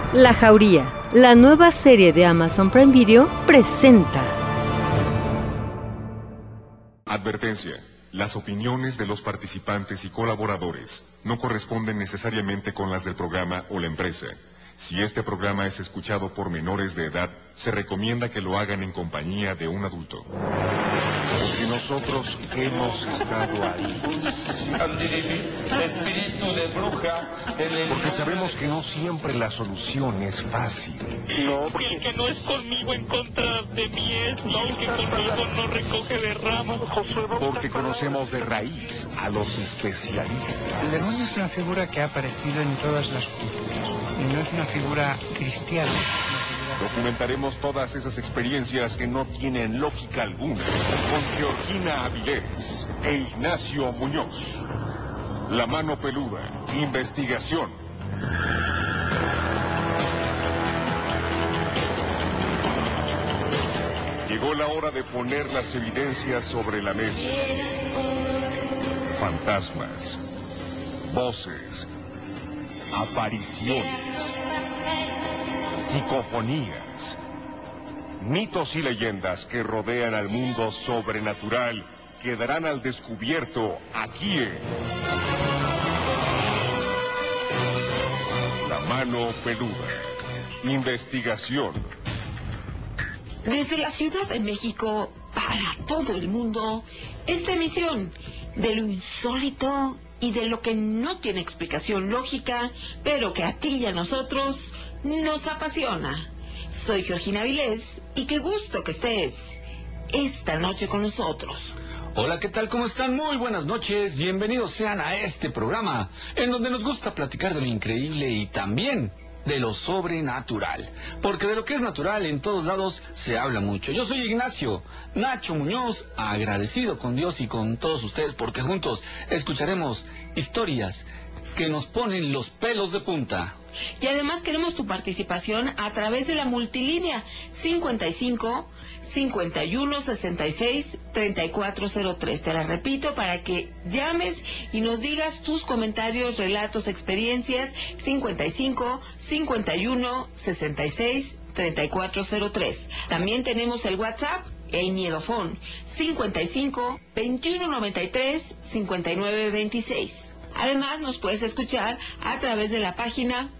La Jauría, la nueva serie de Amazon Prime Video, presenta. Advertencia. Las opiniones de los participantes y colaboradores no corresponden necesariamente con las del programa o la empresa. Si este programa es escuchado por menores de edad, se recomienda que lo hagan en compañía de un adulto. Porque nosotros hemos estado ahí. Espíritu de bruja. Porque sabemos que no siempre la solución es fácil. No, Y el que no es conmigo en contra de mí es, y el que conmigo no recoge de ramos. Porque conocemos de raíz a los especialistas. El demonio es una figura que ha aparecido en todas las culturas y no es una figura cristiana. Documentaremos todas esas experiencias que no tienen lógica alguna con Georgina Avilés e Ignacio Muñoz. La mano peluda, investigación. Llegó la hora de poner las evidencias sobre la mesa. Fantasmas, voces, apariciones, psicofonías, mitos y leyendas que rodean al mundo sobrenatural quedarán al descubierto aquí en La Mano Peluda. Investigación. Desde la Ciudad de México para todo el mundo, esta emisión de lo insólito y de lo que no tiene explicación lógica, pero que a ti y a nosotros nos apasiona. Soy Georgina Avilés y qué gusto que estés esta noche con nosotros. Hola, ¿qué tal? ¿Cómo están? Muy buenas noches. Bienvenidos sean a este programa en donde nos gusta platicar de lo increíble y también de lo sobrenatural. Porque de lo que es natural en todos lados se habla mucho. Yo soy Ignacio Nacho Muñoz, agradecido con Dios y con todos ustedes porque juntos escucharemos historias que nos ponen los pelos de punta. Y además queremos tu participación a través de la multilínea 55 51 66 3403. Te la repito para que llames y nos digas tus comentarios, relatos, experiencias. 55 51 66 3403. También tenemos el WhatsApp, el Miedofón, 55 21 93 59 26. Además, nos puedes escuchar a través de la página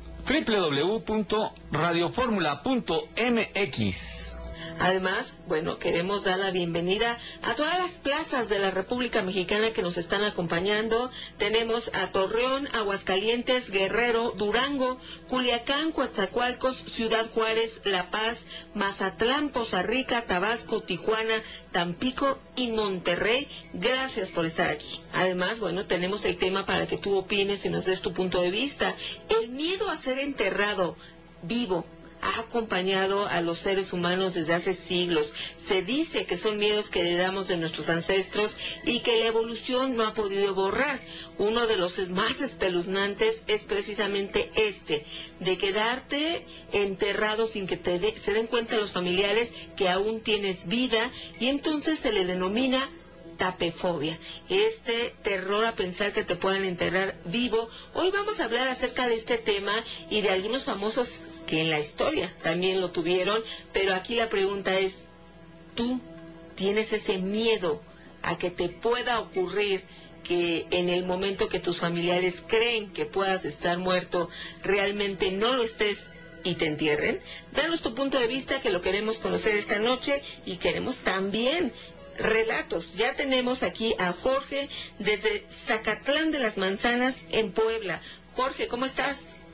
www.radioformula.mx. Además, bueno, queremos dar la bienvenida a todas las plazas de la República Mexicana que nos están acompañando. Tenemos a Torreón, Aguascalientes, Guerrero, Durango, Culiacán, Coatzacoalcos, Ciudad Juárez, La Paz, Mazatlán, Poza Rica, Tabasco, Tijuana, Tampico y Monterrey. Gracias por estar aquí. Además, bueno, tenemos el tema para que tú opines y nos des tu punto de vista. El miedo a ser enterrado vivo ha acompañado a los seres humanos desde hace siglos. Se dice que son miedos que heredamos de nuestros ancestros y que la evolución no ha podido borrar. Uno de los más espeluznantes es precisamente este, de quedarte enterrado sin que se den cuenta los familiares que aún tienes vida, y entonces se le denomina tapefobia, este terror a pensar que te puedan enterrar vivo. Hoy vamos a hablar acerca de este tema y de algunos famosos que en la historia también lo tuvieron, pero aquí la pregunta es, ¿tú tienes ese miedo a que te pueda ocurrir que en el momento que tus familiares creen que puedas estar muerto, realmente no lo estés y te entierren? Danos tu punto de vista, que lo queremos conocer esta noche, y queremos también relatos. Ya tenemos aquí a Jorge desde Zacatlán de las Manzanas en Puebla. Jorge, ¿cómo estás?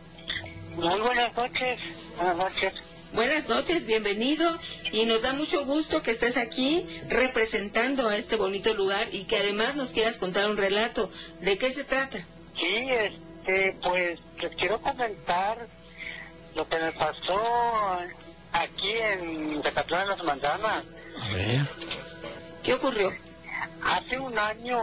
Muy buenas noches. Buenas noches. Buenas noches, bienvenido, y nos da mucho gusto que estés aquí representando a este bonito lugar y que además nos quieras contar un relato. ¿De qué se trata? Sí, pues les quiero comentar lo que me pasó aquí en Zacatlán de las Manzanas. A ver. ¿Qué ocurrió? Hace un año,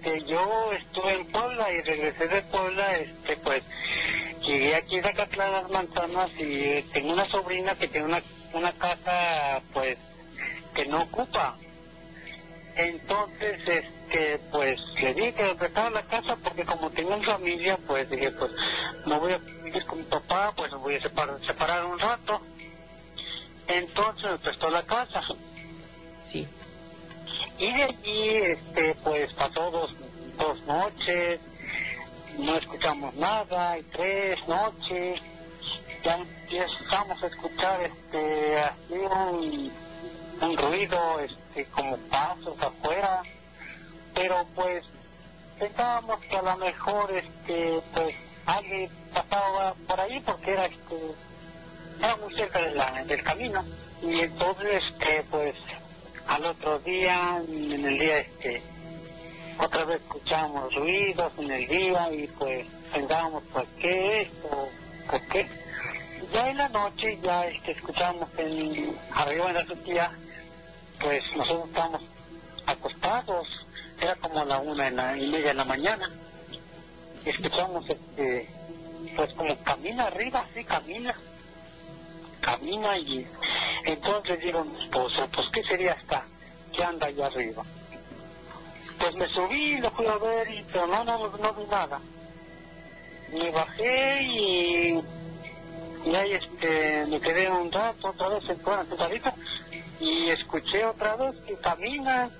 yo estuve en Puebla y regresé de Puebla, pues llegué aquí a Zacatlán de las Manzanas y tengo una sobrina que tiene una casa, pues, que no ocupa. Entonces, pues le dije que me prestara la casa porque como tengo una familia, pues dije, pues no voy a vivir con mi papá, pues nos voy a separar un rato. Entonces me prestó la casa. Sí. Y de allí, pues pasó dos noches, no escuchamos nada, y 3 noches, ya empezamos a escuchar así un ruido, como pasos afuera, pero pues pensábamos que a lo mejor pues alguien pasaba por ahí porque era muy cerca del camino. Y entonces pues al otro día, en el día otra vez escuchamos ruidos en el día y pues pensábamos pues qué es o por qué. Ya en la noche ya escuchamos arriba en la azotea, pues nosotros estábamos acostados, era como la 1:30 de la mañana. Escuchamos pues como camina arriba, sí, camina y entonces digo mi esposo, pues qué sería que anda allá arriba. Pues me subí, lo fui a ver, pero no vi nada. Me bajé y ahí me quedé un rato otra vez sentadito y escuché otra vez que camina.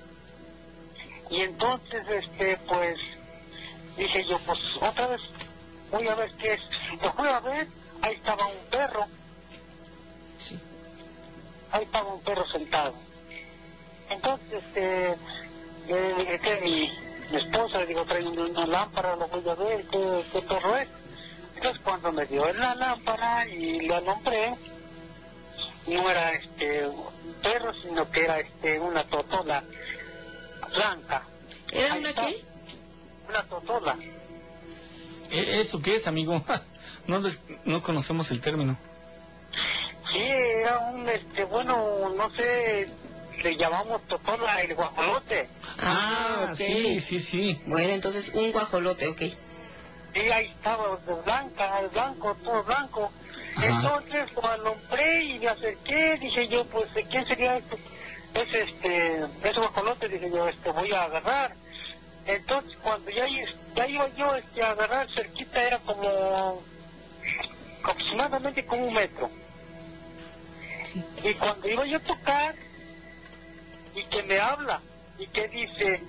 Y entonces pues dije yo, pues otra vez voy a ver qué es. Lo fui a ver, ahí estaba un perro. Sí. Ahí estaba un perro sentado. Entonces le dije a mi esposa, le digo, trae una lámpara, lo voy a ver, qué perro es. Entonces cuando me dio la lámpara y lo alumbré, no era un perro, sino que era una totola blanca. ¿Era Ahí una está, qué? una totola. ¿Eso qué es, amigo? No conocemos el término. Sí, era bueno, no sé, le llamamos totola el guajolote. Ok. Sí. Bueno, entonces un guajolote, ok. Y ahí estaba blanco, todo blanco. Ajá. Entonces lo alumbré y me acerqué, dije yo, pues, ¿quién sería esto? Ese guajolote, dije yo, voy a agarrar. Entonces cuando ya iba yo a agarrar cerquita, era como aproximadamente como 1 metro. Sí. Y cuando iba yo a tocar, y que me habla, y que dice,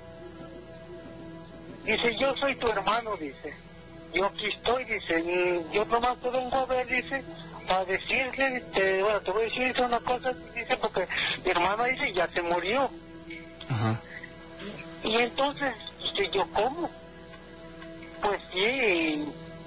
yo soy tu hermano, dice. Yo aquí estoy, dice, yo nomás te vengo a ver, dice, para decirle, bueno, te voy a decir una cosa, dice, porque mi hermana, dice, ya se murió. Ajá. Y entonces, dije yo, ¿cómo? Pues sí,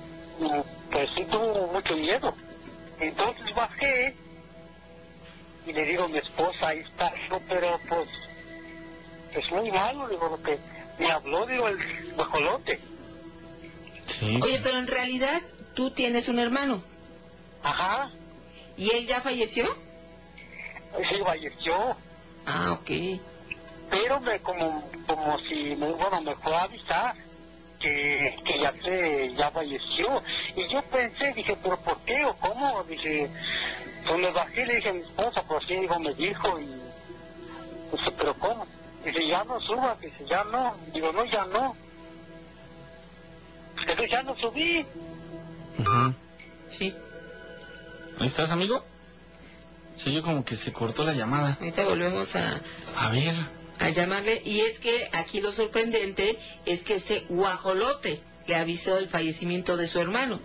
tuvo mucho miedo. Entonces bajé, y le digo a mi esposa, ahí está, digo, pero pues, es muy malo, digo, lo que me habló, digo, el guajolote. Sí. Oye, pero en realidad tú tienes un hermano. Ajá, ¿Y él ya falleció? sí, falleció, Ah, ok. pero como si, me fue a avisar que ya falleció. Y yo pensé, dije, ¿pero por qué o cómo? Dije, pues me bajé y le dije a mi esposa, pues sí, digo, me dijo, y dije, ¿pero cómo? Dice, ya no subas, dice, ya no. Digo, no, ya no. Entonces ya no subí. Ajá. Sí. ¿Ahí estás, amigo? Sí, yo como que se cortó la llamada. Ahorita volvemos a ver. llamarle. Y es que aquí lo sorprendente es que este guajolote le avisó el fallecimiento de su hermano.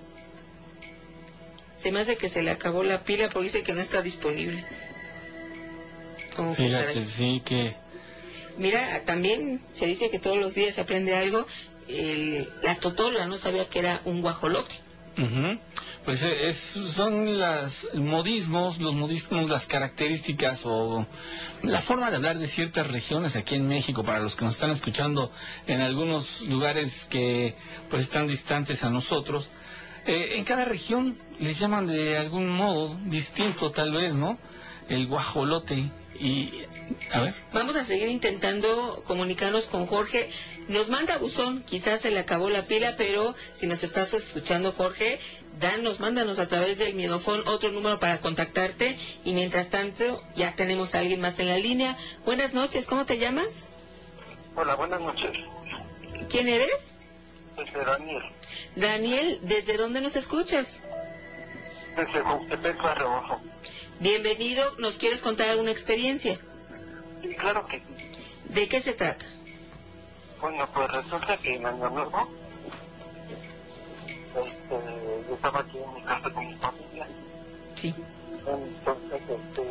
Se me hace que se le acabó la pila porque dice que no está disponible. Oh, Fíjate, sí que... Mira, también se dice que todos los días se aprende algo. La totola no sabía que era un guajolote. Ujú. Pues son los modismos, las características o la forma de hablar de ciertas regiones aquí en México, para los que nos están escuchando en algunos lugares que pues están distantes a nosotros. En cada región les llaman de algún modo distinto, tal vez, ¿no? El guajolote. Y, a ver. Vamos a seguir intentando comunicarnos con Jorge. Nos manda buzón, quizás se le acabó la pila, pero si nos estás escuchando, Jorge, mándanos a través del Miedofón otro número para contactarte. Y mientras tanto, ya tenemos a alguien más en la línea. Buenas noches, ¿cómo te llamas? Hola, buenas noches. ¿Quién eres? Desde Daniel. Daniel, ¿desde dónde nos escuchas? Desde Juxtepec, Barrio Bajo. Bienvenido, ¿nos quieres contar alguna experiencia? Sí, claro que sí. ¿De qué se trata? Bueno, pues resulta que en Año Nuevo, yo estaba aquí en mi casa con mi familia. Sí. Entonces,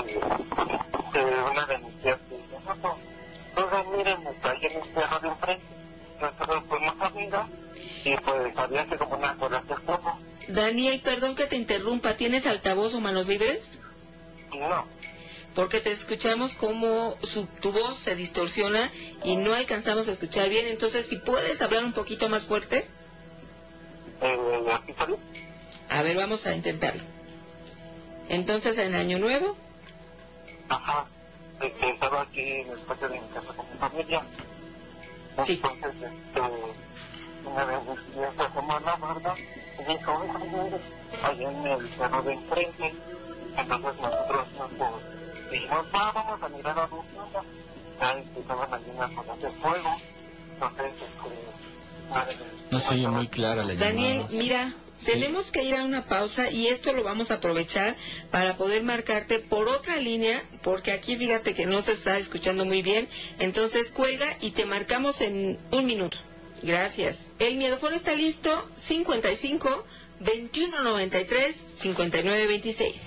una de mis tías dice, no, miren, me traje mi perro de enfrente. Nosotros fuimos amigos y pues había hace como unas horas de poco. Daniel, perdón que te interrumpa, ¿tienes altavoz o manos libres? No. Porque te escuchamos como tu voz se distorsiona y no alcanzamos a escuchar bien. Entonces, si puedes hablar un poquito más fuerte. ¿Aquí salí? A ver, vamos a intentarlo. Entonces, en Año Nuevo. Ajá. Estaba aquí en el patio de mi casa con mi familia. Sí. Entonces, una vez decidí se asomó a la barda y dijo, allá en el cerro de enfrente. Entonces nosotros dijimos, vamos a mirar a la tienda. Ya estaban allí unas bolas de fuego. Entonces, No se oye muy clara la llamada. Daniel, mira, Sí. tenemos que ir a una pausa y esto lo vamos a aprovechar para poder marcarte por otra línea, porque aquí fíjate que no se está escuchando muy bien. Entonces cuelga y te marcamos en 1 minuto. Gracias. El Miedofón está listo, 55 2193 5926.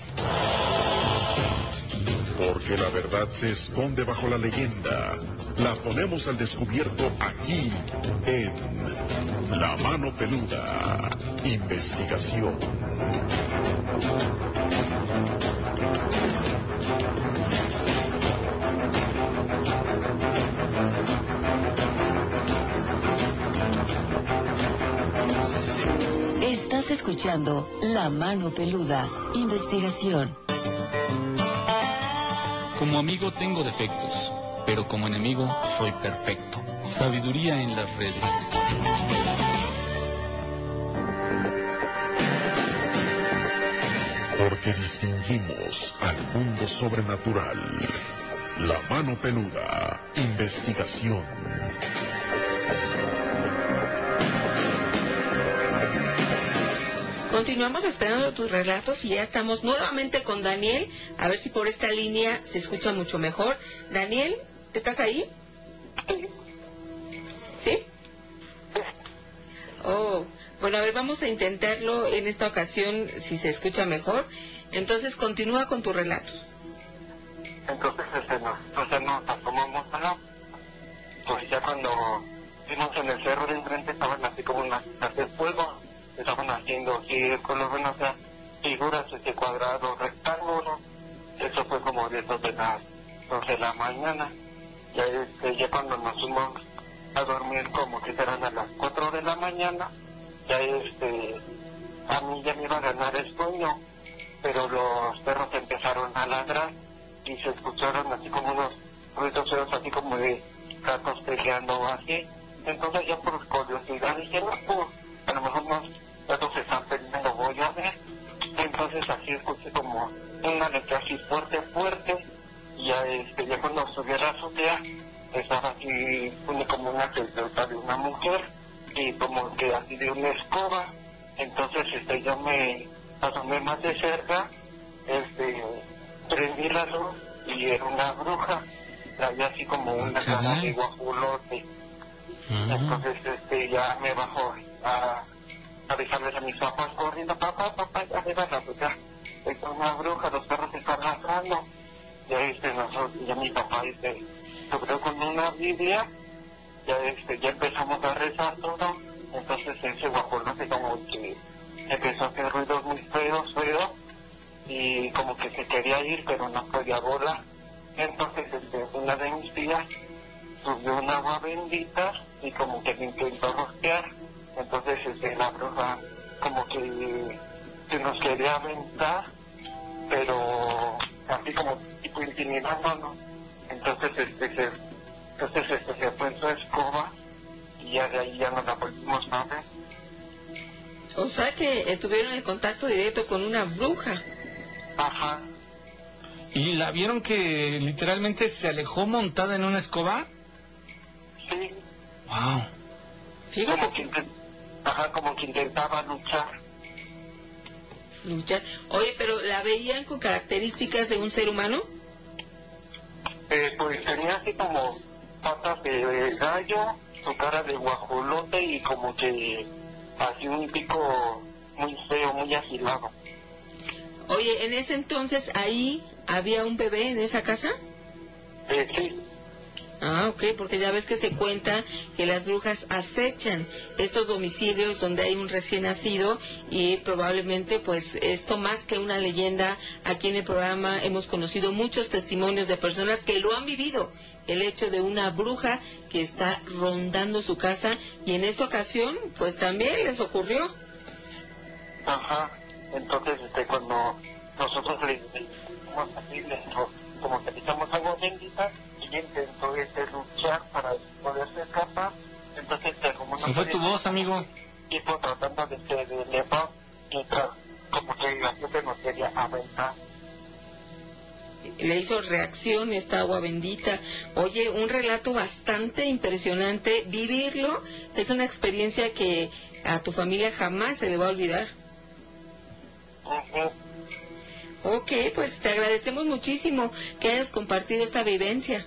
Porque la verdad se esconde bajo la leyenda. La ponemos al descubierto aquí en La Mano Peluda. Investigación. Estás escuchando La Mano Peluda. Investigación. Como amigo tengo defectos, pero como enemigo soy perfecto. Sabiduría en las redes. Porque distinguimos al mundo sobrenatural. La Mano Peluda. Investigación. Continuamos esperando tus relatos y ya estamos nuevamente con Daniel. A ver si por esta línea se escucha mucho mejor. Daniel, ¿estás ahí? ¿Sí? Oh, bueno, a ver, vamos a intentarlo en esta ocasión si se escucha mejor. Entonces continúa con tu relato. entonces nos asomamos a la... Pues ya cuando vimos en el cerro de enfrente estaban así como unas casas de fuego. Estaban haciendo círculos, bueno, o sea, figuras, cuadrados, rectángulos. Eso fue como de las 12 de la mañana. Ya cuando nos fuimos a dormir, como que eran a las 4 de la mañana, ya a mí ya me iba a ganar el sueño, pero los perros empezaron a ladrar y se escucharon así como unos ruidos feos, así como de gatos peleando o así. Entonces yo por curiosidad dije, no, pues, a lo mejor los gatos se están peleando, voy a ver. Entonces así escuché como una letra así fuerte, y ya cuando subí a la azotea, estaba así como una silueta de una mujer, y como que así de una escoba. Entonces yo me asomé más de cerca, prendí la luz, y era una bruja, traía así como una cara de guajolote. Entonces ya me bajó a avisarles a mis papás corriendo, papá, ya me vas a azotear. Es una bruja, los perros se están ladrando. Ya mi papá subió con una Biblia, ya empezamos a rezar todo. Entonces ese guajolote como que empezó a hacer ruidos muy feos, y como que se quería ir, pero no podía volar. Entonces una de mis tías subió un agua bendita y como que me intentó rociar. Entonces la bruja como que se nos quería aventar, pero así como tipo intimidándonos. Entonces se fue en su escoba y ya de ahí ya no la volvimos a ver. O sea que tuvieron el contacto directo con una bruja. Ajá. ¿Y la vieron que literalmente se alejó montada en una escoba? Sí. Wow. Fíjate. Como que intentaba luchar. Oye, pero ¿la veían con características de un ser humano? Pues tenía así como patas de gallo, su cara de guajolote y como que así un pico muy feo, muy afilado. Oye, en ese entonces ahí había un bebé en esa casa. Sí. Ah, ok, porque ya ves que se cuenta que las brujas acechan estos domicilios donde hay un recién nacido y probablemente pues esto más que una leyenda, aquí en el programa hemos conocido muchos testimonios de personas que lo han vivido, el hecho de una bruja que está rondando su casa y en esta ocasión pues también les ocurrió. Ajá, entonces cuando nosotros le como que echamos agua bendita, y intentó luchar para poderse escapar, entonces como se fue tu voz, amigo. Tipo tratando de elevar, mientras como que la gente nos quería aventar. Le hizo reacción esta agua bendita. Oye, un relato bastante impresionante. Vivirlo es una experiencia que a tu familia jamás se le va a olvidar. Ok, pues te agradecemos muchísimo que hayas compartido esta vivencia.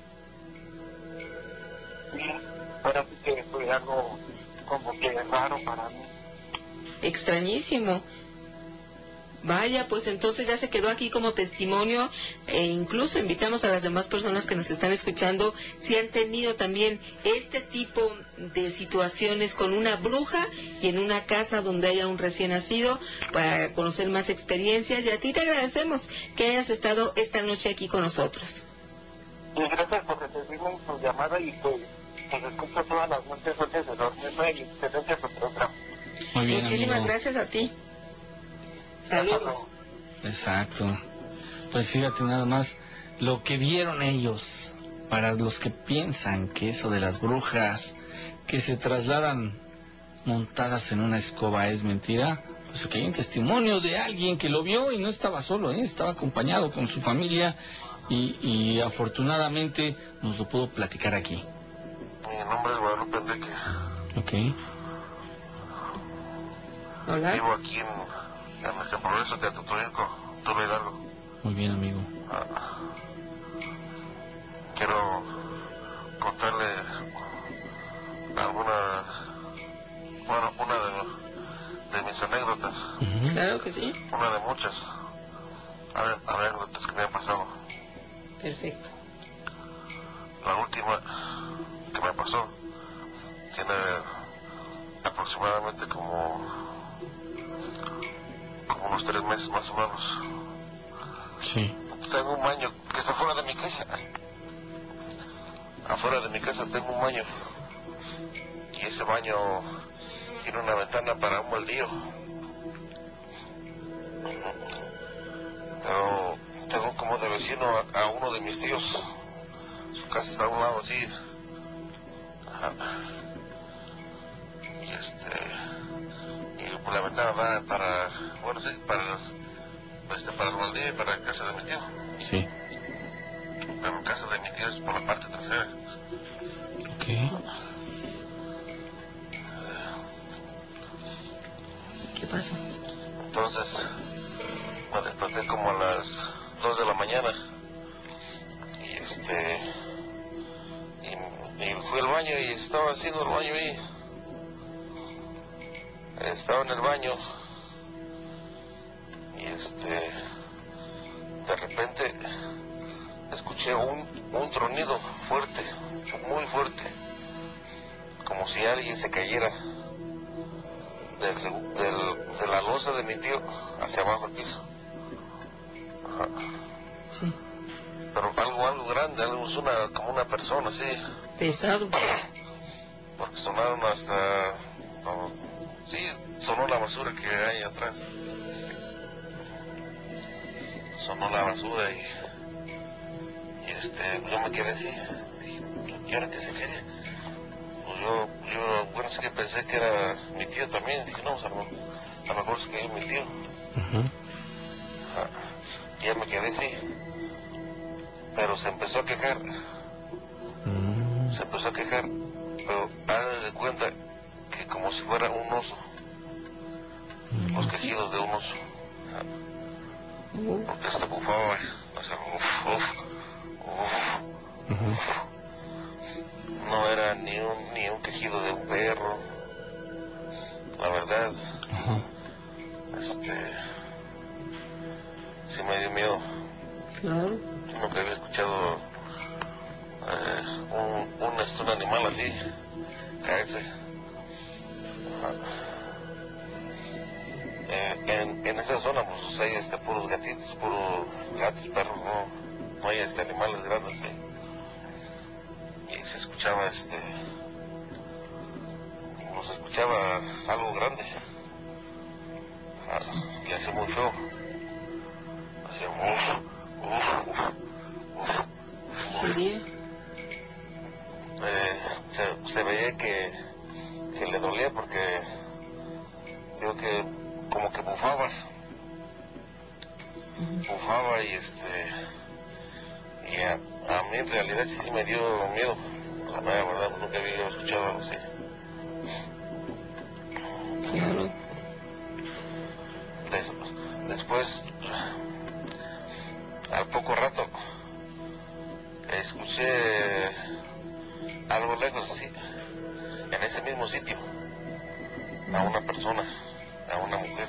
Ahora sí que fue algo como que raro para mí. Extrañísimo. Vaya, pues entonces ya se quedó aquí como testimonio e incluso invitamos a las demás personas que nos están escuchando si han tenido también este tipo de situaciones con una bruja y en una casa donde haya un recién nacido para conocer más experiencias. Y a ti te agradecemos que hayas estado esta noche aquí con nosotros. Y gracias por recibirme su llamada y pues escucho todas las noches antes de dormirme y excelente su programa. Muy bien, muchísimas amigo. Gracias a ti. Saludos. Exacto. Pues fíjate nada más lo que vieron ellos. Para los que piensan que eso de las brujas que se trasladan montadas en una escoba es mentira, pues aquí hay un testimonio de alguien que lo vio y no estaba solo, estaba acompañado con su familia y afortunadamente nos lo pudo platicar aquí. Mi nombre es Guadalupe Enrique. Ok. Hola. Vivo aquí en este Progreso de Atotonilco, Tula Hidalgo. Muy bien, amigo. Quiero contarle una de mis anécdotas. Claro que sí. Una de muchas anécdotas que me han pasado. Perfecto. La última que me pasó tiene aproximadamente como unos 3 meses más o menos. Sí. Tengo un baño que está fuera de mi casa. Afuera de mi casa tengo un baño. Y ese baño tiene una ventana para un baldío. Pero tengo como de vecino a uno de mis tíos. Su casa está a un lado así. Ajá. Y la ventana da para, bueno sí, para el baldío y para la casa de mi tío. Sí. Pero la casa de mi tío es por la parte trasera. Ok. ¿Qué pasó? Entonces me desperté como a las 2 de la mañana y fui al baño y estaba haciendo el baño ahí. Estaba en el baño y de repente escuché un tronido fuerte, muy fuerte, como si alguien se cayera de la losa de mi tío hacia abajo al piso. Ajá. Sí. Pero algo grande, como una persona así. Pesado. Porque sonaron hasta Sí, sonó la basura que hay atrás. Sonó la basura y yo me quedé así. Dije, ¿y ahora qué se quería? Pues yo, bueno, sí que pensé que era mi tío también. Dije, no, pues a lo mejor se cayó mi tío. Ya me quedé así. Pero se empezó a quejar. Se empezó a quejar. Pero háganse de cuenta que como si fuera un oso. Los quejidos de un oso. Porque bufaba. O sea, no era ni un quejido de un perro. La verdad. Sí me dio miedo. Claro. Nunca había escuchado un animal así caerse. En esa zona pues hay puros gatitos, puros gatos, perros, no hay animales grandes, ¿sí? Y se escuchaba pues escuchaba algo grande. Y hacía muy feo. Hacía ¿Sí? Se veía que le dolía porque digo que como que bufaba y a mí en realidad sí me dio miedo. La verdad nunca había escuchado algo así. Claro. Después, al poco rato, escuché algo lejos, sí, en ese mismo sitio, a una persona, a una mujer.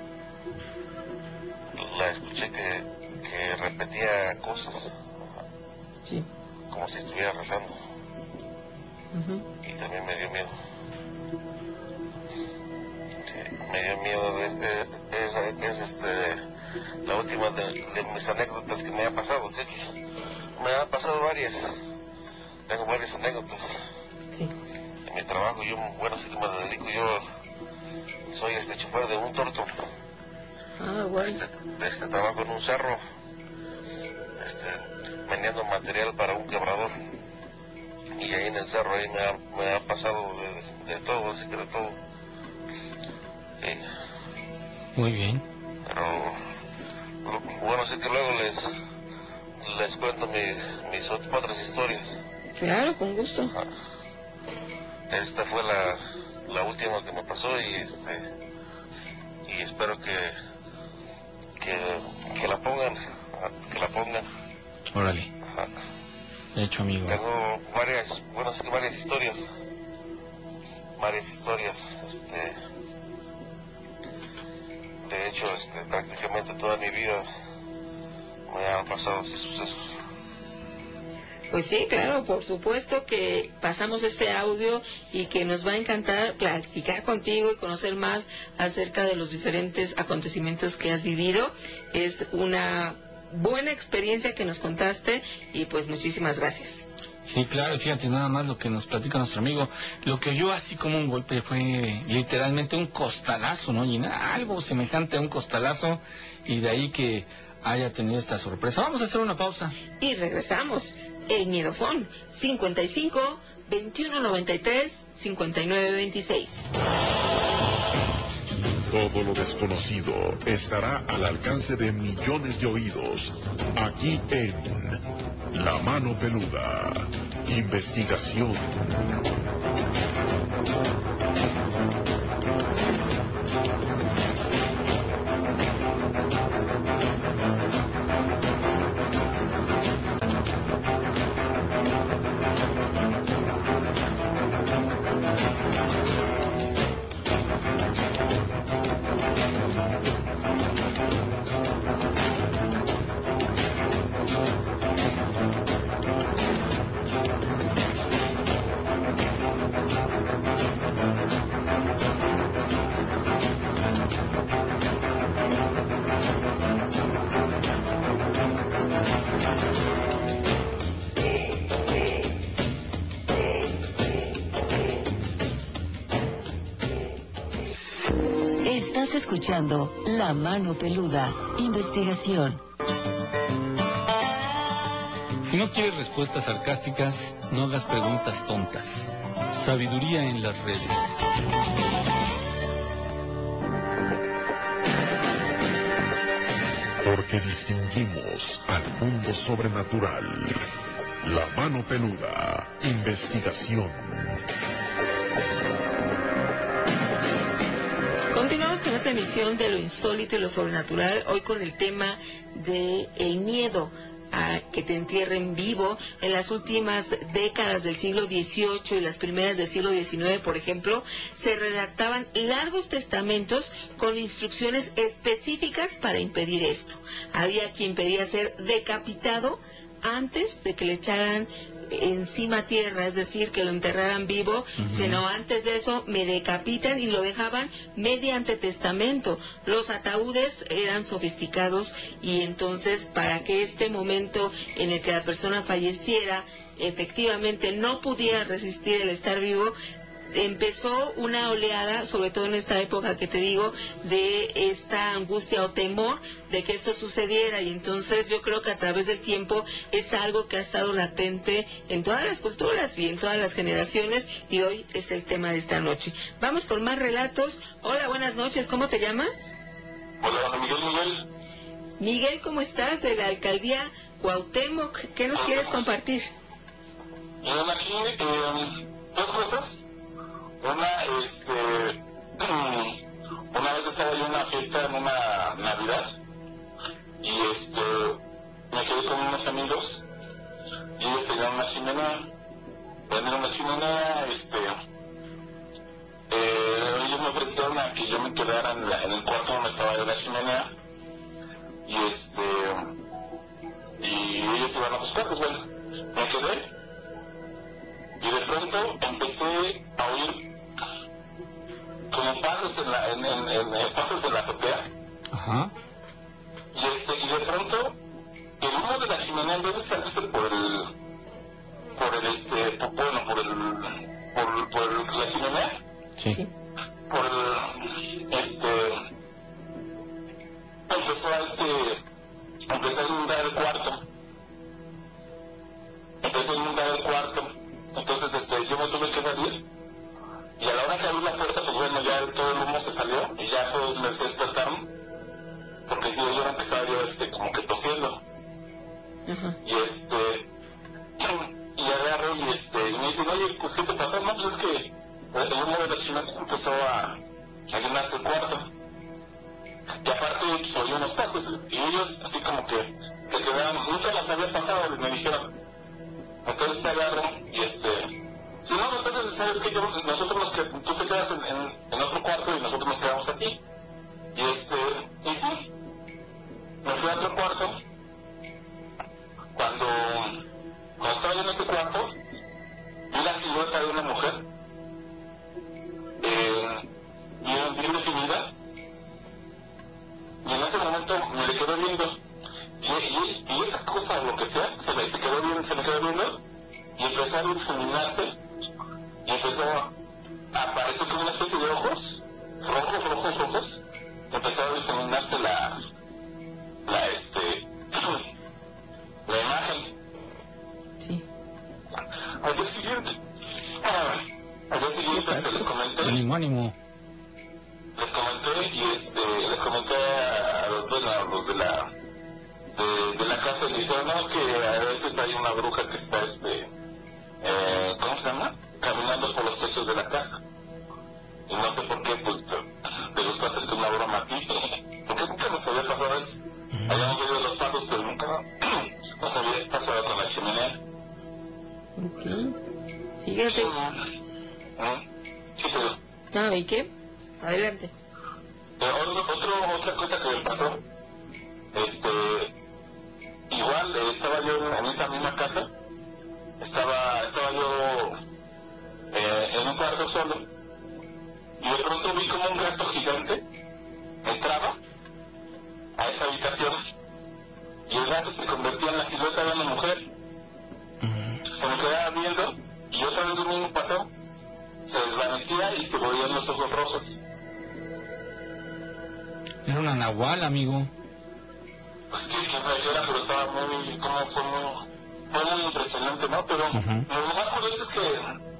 La escuché que repetía cosas, sí, como si estuviera rezando. Y también me dio miedo. Sí, me dio miedo. Es la última de mis anécdotas que me ha pasado. Así que me han pasado varias. Tengo varias anécdotas. Sí. En mi trabajo, sí que me dedico, yo soy chofer de un torto. Bueno. Trabajo en un cerro, vendiendo material para un quebrador. Y ahí en el cerro ahí me ha pasado de todo, así que de todo. Muy bien. Pero bueno, sí que luego les cuento mis otras historias. Claro, con gusto. Esta fue la última que me pasó y espero que la pongan, Órale. Hecho, amigo. Tengo varias historias. De hecho, prácticamente toda mi vida me han pasado así sucesos. Pues sí, claro, por supuesto que pasamos este audio y que nos va a encantar platicar contigo y conocer más acerca de los diferentes acontecimientos que has vivido. Es una buena experiencia que nos contaste y pues muchísimas gracias. Sí, claro, fíjate nada más lo que nos platica nuestro amigo. Lo que oyó así como un golpe fue literalmente un costalazo, ¿no, Gina? Algo semejante a un costalazo, y de ahí que haya tenido esta sorpresa. Vamos a hacer una pausa. Y regresamos. El Miedofón, 55 21 93 59 26. Todo lo desconocido estará al alcance de millones de oídos. Aquí en La Mano Peluda. Investigación. escuchando La Mano Peluda, investigación. Si no quieres respuestas sarcásticas, no hagas preguntas tontas. Sabiduría en las redes. Porque distinguimos al mundo sobrenatural. La Mano Peluda, investigación. Continuamos con esta emisión de lo insólito y lo sobrenatural, hoy con el tema de el miedo a que te entierren vivo. En las últimas décadas del siglo XVIII y las primeras del siglo XIX, por ejemplo, se redactaban largos testamentos con instrucciones específicas para impedir esto. Había quien pedía ser decapitado antes de que le echaran encima tierra, es decir, que lo enterraran vivo, sino antes de eso me decapitan y lo dejaban mediante testamento. Los ataúdes eran sofisticados y entonces para que este momento en el que la persona falleciera efectivamente no pudiera resistir el estar vivo, empezó una oleada, sobre todo en esta época que te digo, de esta angustia o temor de que esto sucediera, y entonces yo creo que a través del tiempo es algo que ha estado latente en todas las culturas y en todas las generaciones, y hoy es el tema de esta noche. Vamos con más relatos. Hola, buenas noches, ¿cómo te llamas? Hola, Miguel. Miguel, ¿cómo estás? De la alcaldía Cuauhtémoc, ¿qué nos quieres compartir? Aquí, dos cosas. Una vez estaba yo en una fiesta en una Navidad y me quedé con unos amigos y ellos tenían una chimenea. Ellos me ofrecieron a que yo me quedara en el cuarto donde estaba la chimenea y ellos iban a otros cuartos. Bueno, me quedé y de pronto empecé a oír como pasos en la azotea. Ajá. Y de pronto el humo de la chimenea, en vez de salirse por la chimenea, sí, empezó a inundar el cuarto. Entonces yo me tuve que salir. Y a la hora que abrí la puerta, pues bueno, ya todo el humo se salió y ya todos se despertaron, porque sí oyeron que estaba yo como que tosiendo. Y y agarro y me dicen, oye, pues ¿qué te pasó? No, pues es que el humo de la chimenea empezó a llenarse el cuarto. Y aparte pues oí unos pasos y ellos así como que se quedaron, nunca las había pasado, me dijeron. Entonces agarro y si no, entonces sabes que tú te quedas en otro cuarto y nosotros nos quedamos aquí. Y sí, me fui a otro cuarto. Cuando estaba yo en ese cuarto, vi la silueta de una mujer, bien definida, y en ese momento me le quedé viendo. Y esa cosa, o lo que sea, se me quedó viendo, y empezó a difuminarse. Y empezó a aparecer como una especie de ojos, rojos, empezó a difuminarse la imagen. Sí. Al día siguiente les comenté. Ánimo. Les comenté y les comenté a los de la casa y le dijeron, no, es que a veces hay una bruja que está ¿cómo se llama? Caminando por los techos de la casa. Y no sé por qué, pues, te gustó hacerte una broma a ti. Porque nunca nos había pasado eso. Habíamos oído los pasos, pero nunca nos había pasado con la chimenea. Ok. Fíjate. Sí, te digo. No, ¿y qué? Adelante. Otra cosa que me pasó, igual estaba yo en esa misma casa. Estaba yo en un cuarto solo y de pronto vi como un gato gigante entraba a esa habitación y el gato se convertía en la silueta de una mujer. Se me quedaba viendo y otra vez lo mismo pasó, se desvanecía y se volvían los ojos rojos. Era una nahual, amigo. Pues que era, pero estaba muy, fue muy impresionante, ¿no? Pero lo más curioso es que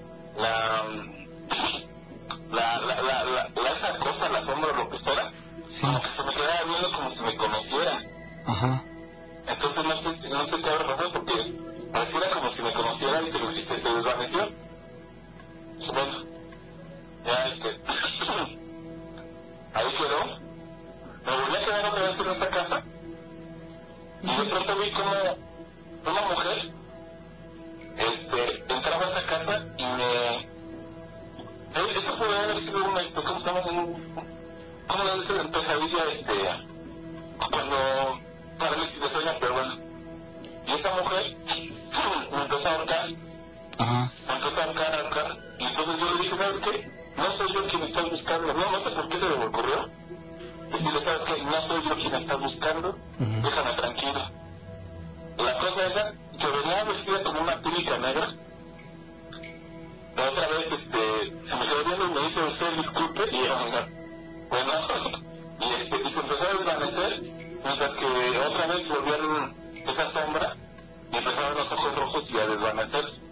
esa cosa, la sombra o lo que fuera, como que se me quedaba viendo como si me conociera. Ajá. Entonces no sé qué habrá pasado porque pareciera como si me conociera y se desvaneció. Y bueno, ya ahí quedó. Me volví a quedar otra vez en esa casa y de pronto vi como una mujer entraba a esa casa y eso puede haber sido ¿cómo se llama? ¿Cómo le dicen en pesadilla? Cuando parálisis de sueño, pero bueno. Y esa mujer me empezó a ahorcar. Ajá. Me empezó a ahorcar. Y entonces yo le dije, ¿sabes qué? No soy yo quien estás buscando. No sé por qué se me ocurrió. Cecilia, ¿sabes qué? No soy yo quien estás buscando. Déjame tranquilo. La cosa esa, que venía vestida como una túnica negra. La otra vez, se me quedó viendo y me dice, usted disculpe. Y yo, bueno, y se empezó a desvanecer, mientras que otra vez volvieron esa sombra y empezaron los ojos rojos y a desvanecerse.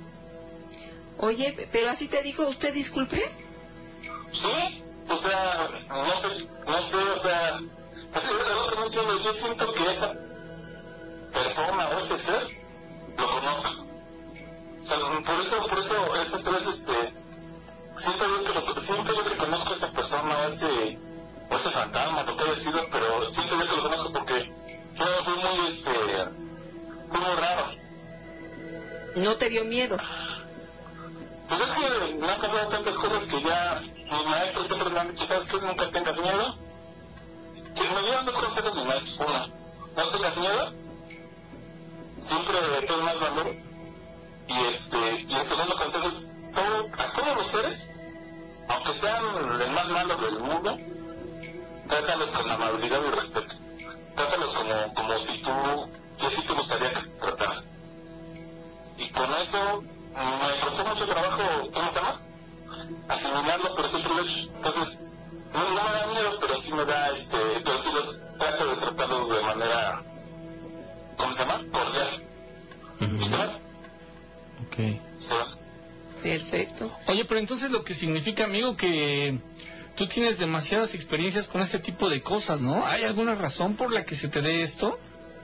Oye, pero así te dijo, ¿usted disculpe? Sí, o sea, no sé, o sea, así es lo que no entiendo. Yo siento que esa persona o ese ser lo conozco. O sea, por eso esas tres, siento yo que conozco a esa persona o ese fantasma, lo que haya sido, pero siento yo que lo conozco porque fue muy raro. ¿No te dio miedo? Pues es que me han pasado tantas cosas que ya mis maestros siempre me han dicho, ¿sabes qué? Nunca tengas miedo. Que me dieron dos consejos mis maestros. Uno, no tengas miedo, siempre ten más valor. Y el segundo consejo es, a todos los seres, aunque sean el más malo del mundo, trátalos con amabilidad y respeto. Trátalos como si a ti te gustaría tratar. Y con eso me costó mucho trabajo, ¿cómo se llama? Asimilarlo, pero siempre lo he hecho. Entonces, no me da miedo, pero sí me da, pero sí los trato de tratarlos de manera, ¿cómo se llama? Cordial. ¿Y se va? Ok. Se va. Perfecto. Oye, pero entonces lo que significa, amigo, que tú tienes demasiadas experiencias con este tipo de cosas, ¿no? ¿Hay alguna razón por la que se te dé esto?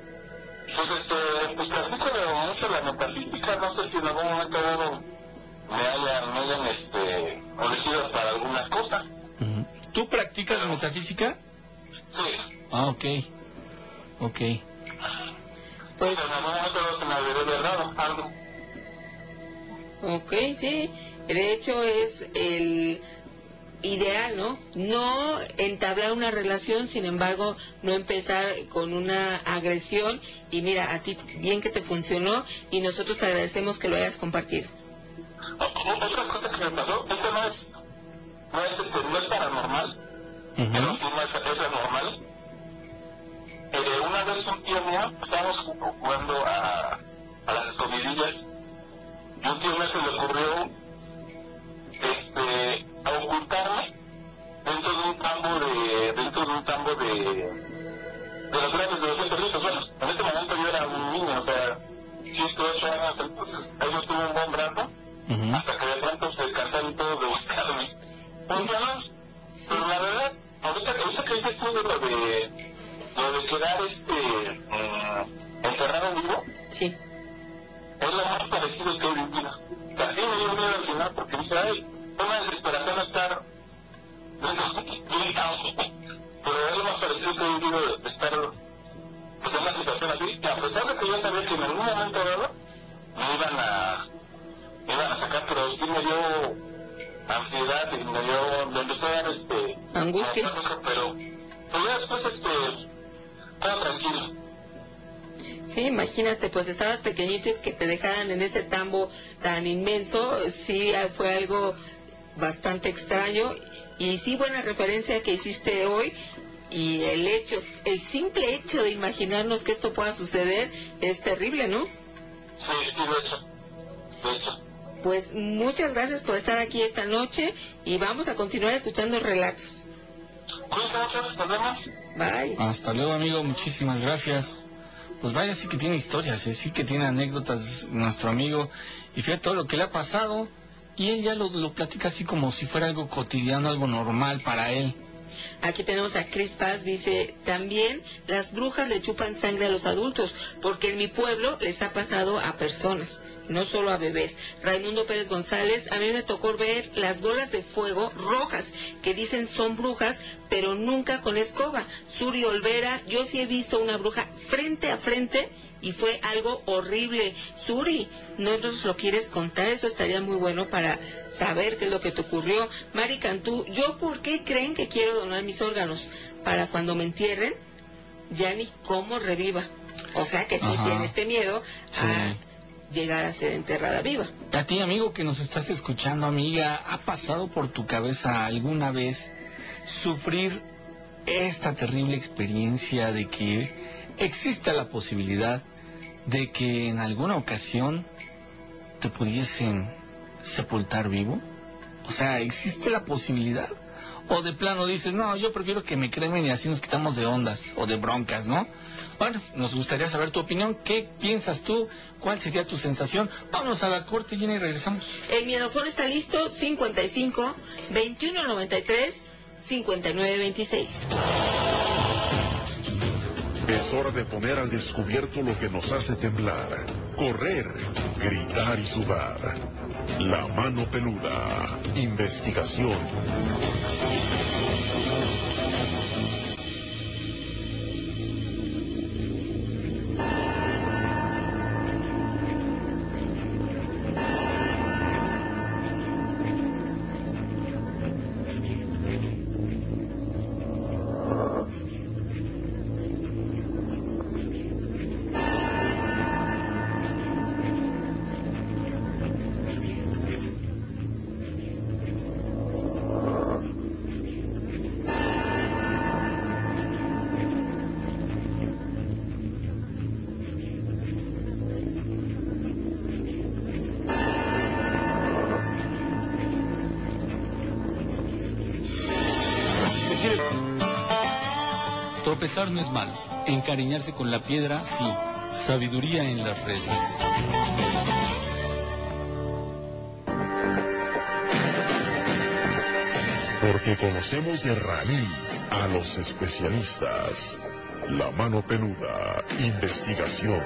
Pues practico mucho la metafísica, no sé si en algún momento dado me hayan elegido para alguna cosa. ¿Tú practicas metafísica? Sí. Ah, ok. Pues en algún momento se me habría raro algo. Ok, sí. De hecho es el ideal, ¿no? No entablar una relación, sin embargo, no empezar con una agresión. Y mira, a ti bien que te funcionó y nosotros te agradecemos que lo hayas compartido. Otra cosa que me pasó, eso no es paranormal, pero sí no es anormal. Una vez un tío mío, estábamos jugando a las escondidillas, y un tío mío se le ocurrió a ocultarme dentro de un tambo de los grandes de 200 litros. Bueno, en ese momento yo era un niño, o sea, 7, 8 años, entonces ahí yo tuve un buen rato, hasta que de pronto se cansaron todos de buscarme. Funcionó, pero la verdad, ahorita que dices tú de lo de quedar enterrado vivo, sí, es lo más parecido que he vivido. O sea, sí me dio miedo al final porque dije, ay, una desesperación estar gritando, pero es lo más parecido que he vivido de estar pues, en una situación así, y a pesar de que yo sabía que en algún momento dado me iban a sacar, pero sí me dio ansiedad y me empezó a dar angustia, pero ya después todo tranquilo. Sí, imagínate, pues estabas pequeñito y que te dejaran en ese tambo tan inmenso, sí fue algo bastante extraño. Y sí, buena referencia que hiciste hoy. Y el simple hecho de imaginarnos que esto pueda suceder es terrible, ¿no? Sí, de hecho. Pues muchas gracias por estar aquí esta noche y vamos a continuar escuchando relatos. Cuídense mucho, nos vemos. Bye. Hasta luego, amigo, muchísimas gracias. Pues vaya, sí que tiene historias, sí que tiene anécdotas nuestro amigo. Y fíjate todo lo que le ha pasado. Y él ya lo platica así como si fuera algo cotidiano, algo normal para él. Aquí tenemos a Cris Paz, dice, también las brujas le chupan sangre a los adultos, porque en mi pueblo les ha pasado a personas, no solo a bebés. Raimundo Pérez González, a mí me tocó ver las bolas de fuego rojas, que dicen son brujas, pero nunca con escoba. Suri Olvera, yo sí he visto una bruja frente a frente, y fue algo horrible. Suri, ¿no nos lo quieres contar? Eso estaría muy bueno para saber qué es lo que te ocurrió. Mari Cantú, ¿yo por qué creen que quiero donar mis órganos? Para cuando me entierren, ya ni cómo reviva. O sea que sí tiene este miedo a llegar a ser enterrada viva. A ti, amigo, que nos estás escuchando, amiga, ¿ha pasado por tu cabeza alguna vez sufrir esta terrible experiencia de que exista la posibilidad de que en alguna ocasión te pudiesen sepultar vivo? O sea, ¿existe la posibilidad? O de plano dices, no, yo prefiero que me cremen y así nos quitamos de ondas o de broncas, ¿no? Bueno, nos gustaría saber tu opinión. ¿Qué piensas tú? ¿Cuál sería tu sensación? Vámonos a la corte, Gina, y regresamos. El miedofón está listo, 55 2193 5926. Es hora de poner al descubierto lo que nos hace temblar, correr, gritar y sudar. La mano peluda. Investigación. Tropezar no es malo, encariñarse con la piedra sí, sabiduría en las redes. Porque conocemos de raíz a los especialistas. La mano peluda. Investigación.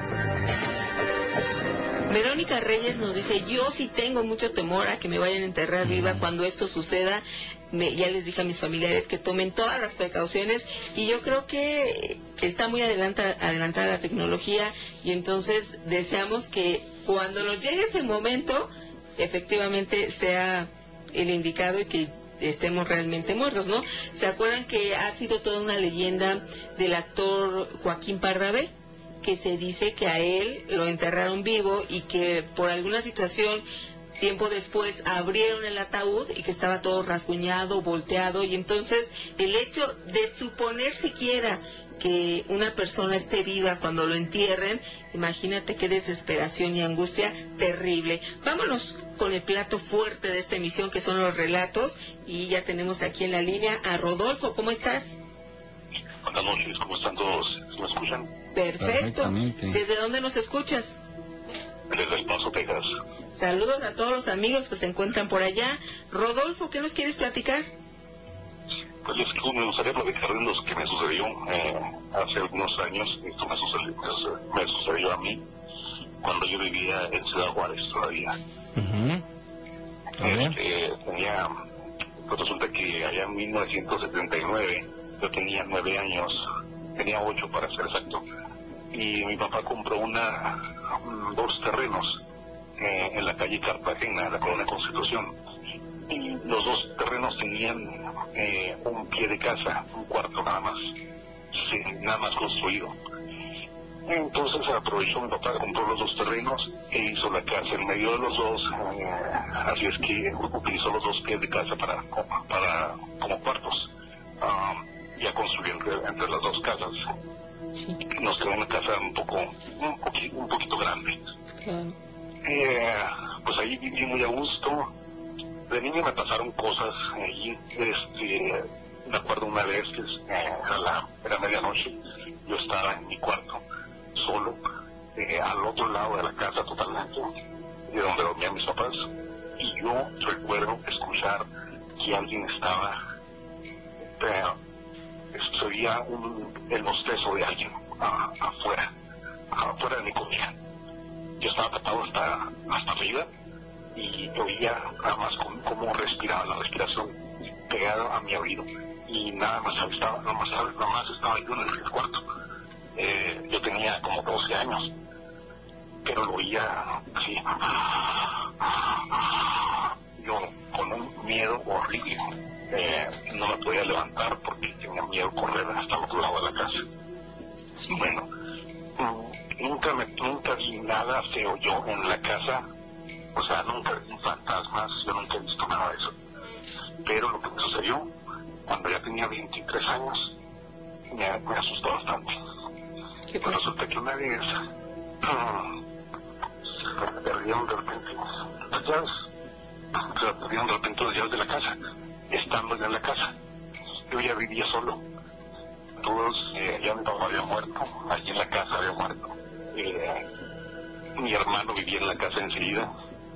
Verónica Reyes nos dice, yo sí tengo mucho temor a que me vayan a enterrar viva cuando esto suceda. Ya les dije a mis familiares que tomen todas las precauciones y yo creo que está muy adelantada la tecnología y entonces deseamos que cuando nos llegue ese momento efectivamente sea el indicado y que estemos realmente muertos, ¿no? ¿Se acuerdan que ha sido toda una leyenda del actor Joaquín Pardavé? Que se dice que a él lo enterraron vivo y que por alguna situación tiempo después abrieron el ataúd y que estaba todo rasguñado, volteado, y entonces el hecho de suponer siquiera que una persona esté viva cuando lo entierren, imagínate qué desesperación y angustia terrible. Vámonos con el plato fuerte de esta emisión, que son los relatos, y ya tenemos aquí en la línea a Rodolfo. ¿Cómo estás? Buenas noches, ¿cómo están todos? ¿Me escuchan? Perfecto. ¿Desde dónde nos escuchas? Desde El Paso, Texas. Saludos a todos los amigos que se encuentran por allá. Rodolfo, ¿qué nos quieres platicar? Pues me gustaría platicar de lo que me sucedió hace algunos años. Esto me sucedió a mí cuando yo vivía en Ciudad Juárez todavía. Pues resulta que allá en 1979 yo tenía 9 años, tenía 8 para ser exacto, y mi papá compró dos terrenos en la calle Cartagena, en la colonia Constitución, y los dos terrenos tenían un pie de casa, un cuarto nada más, nada más construido. Entonces aprovechó mi papá, compró los dos terrenos e hizo la casa en medio de los dos, así es que utilizó los dos pies de casa como cuartos. Ya construyó entre las dos casas. Sí. Nos quedó una casa un poquito grande. Pues ahí viví muy a gusto. De niño me pasaron cosas allí. Me acuerdo una vez que era medianoche, yo estaba en mi cuarto, solo, al otro lado de la casa totalmente, de donde dormían mis papás, y yo recuerdo escuchar que alguien estaba, se oía el bostezo de alguien afuera de mi cocina. Yo estaba tapado hasta arriba y oía nada más cómo respiraba, la respiración pegada a mi oído, y nada más estaba yo en el cuarto. Yo tenía como 12 años, pero lo oía así, yo con un miedo horrible. No me podía levantar porque tenía miedo de correr hasta el otro lado de la casa. Bueno, nunca vi nada feo yo en la casa, o sea, nunca vi fantasmas, yo nunca he visto nada de eso. Pero lo que me sucedió cuando ya tenía 23 años me asustó bastante. Pues resulta que una vez se me perdieron de repente las llaves de la casa, estando ya en la casa. Yo ya vivía solo. Todos, ya mi papá había muerto, allí en la casa había muerto. Mi hermano vivía en la casa enseguida.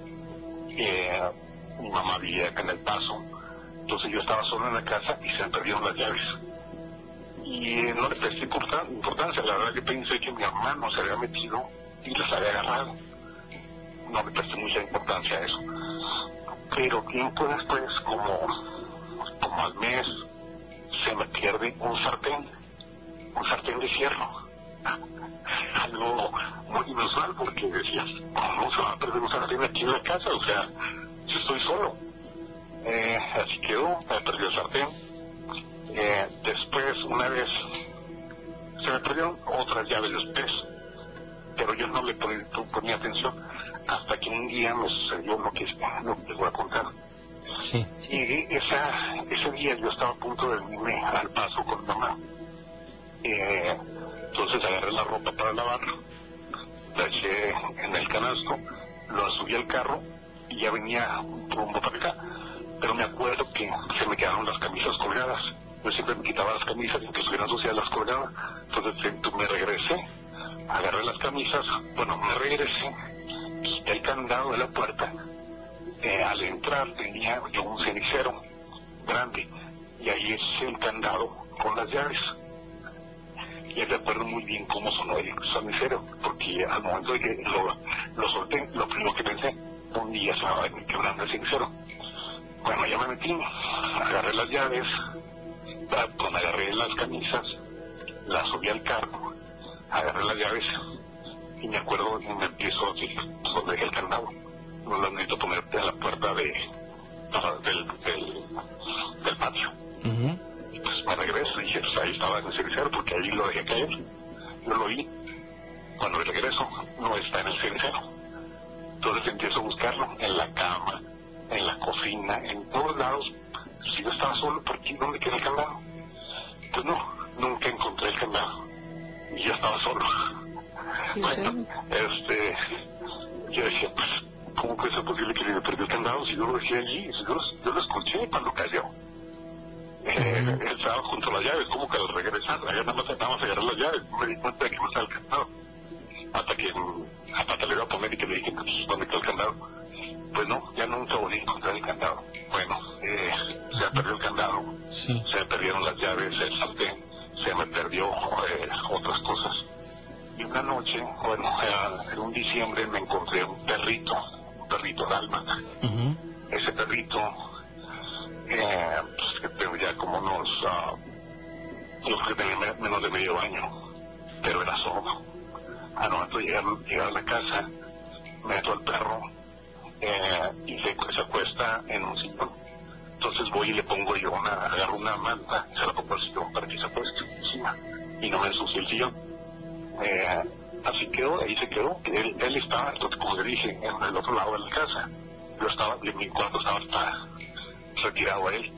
Mi mamá vivía acá en El Paso. Entonces yo estaba solo en la casa y se me perdieron las llaves. Y no le presté importancia, la verdad que pensé que mi hermano se había metido y las había agarrado. No le presté mucha importancia a eso. Pero tiempo después, como al mes, se me pierde un sartén de fierro. Algo muy inusual, porque decías, ¿cómo se va a perder un sartén aquí en la casa? O sea, yo estoy solo. Así quedó, me perdió el sartén. Después, una vez, se me perdieron otras llaves después, pero yo no le ponía atención hasta que un día me sucedió lo que les voy a contar. Sí. Y ese día yo estaba a punto de irme al Paso con mi mamá. Entonces agarré la ropa para lavar, la eché en el canasto, lo subí al carro y ya venía rumbo para acá. Pero me acuerdo que se me quedaron las camisas colgadas. Yo siempre me quitaba las camisas y que estuvieran sucias las colgaba. Entonces me regresé, agarré las camisas, me regresé, quité el candado de la puerta. Al entrar tenía yo un cenicero grande y ahí eché el candado con las llaves. Y recuerdo muy bien cómo sonó el cenicero, porque al momento de que lo solté, lo primero que pensé, un día se va a venir quebrando el cenicero. Bueno, ya me metí, agarré las llaves, agarré las camisas, las subí al carro, agarré las llaves y me acuerdo y me empiezo así, donde dejé el candado. No lo necesito poner a la puerta del patio. Y pues me regreso y dije, pues ahí estaba en el cenicero porque ahí lo dejé caer. Yo lo vi. Cuando regreso, no está en el cenicero. Entonces empiezo a buscarlo en la cama, en la cocina, en todos lados. Si yo estaba solo, ¿por aquí dónde queda el candado? Pues no, nunca encontré el candado. Y yo estaba solo. Bueno, yo decía, pues, ¿cómo puede ser posible que le perdió el candado si yo lo dejé allí? Yo lo escuché cuando cayó. Él estaba junto a las llaves, como que al regresar, allá nada más agarrar las llaves, me di cuenta de que no estaba el candado. Hasta que a pata le iba a poner y que le dije, pues, ¿dónde quedó el candado? Pues no, ya nunca volví a encontrar el candado. Bueno, se me perdió el candado, sí. Se me perdieron las llaves, el sartén, se me perdió otras cosas. Y una noche, en un diciembre me encontré un perrito dálmata. Ese perrito, pues que tenía como yo creo que tenía menos de medio año, pero era sordo. Al momento de llegar a la casa, meto al perro y se acuesta en un sillón. Entonces voy y le pongo agarro una manta y se la pongo al sillón para que se acueste encima y no me ensucie el sillón. Así quedó, ahí se quedó. Él estaba, como le dije, en el otro lado de la casa. Yo estaba, en mi cuarto estaba retirado a él.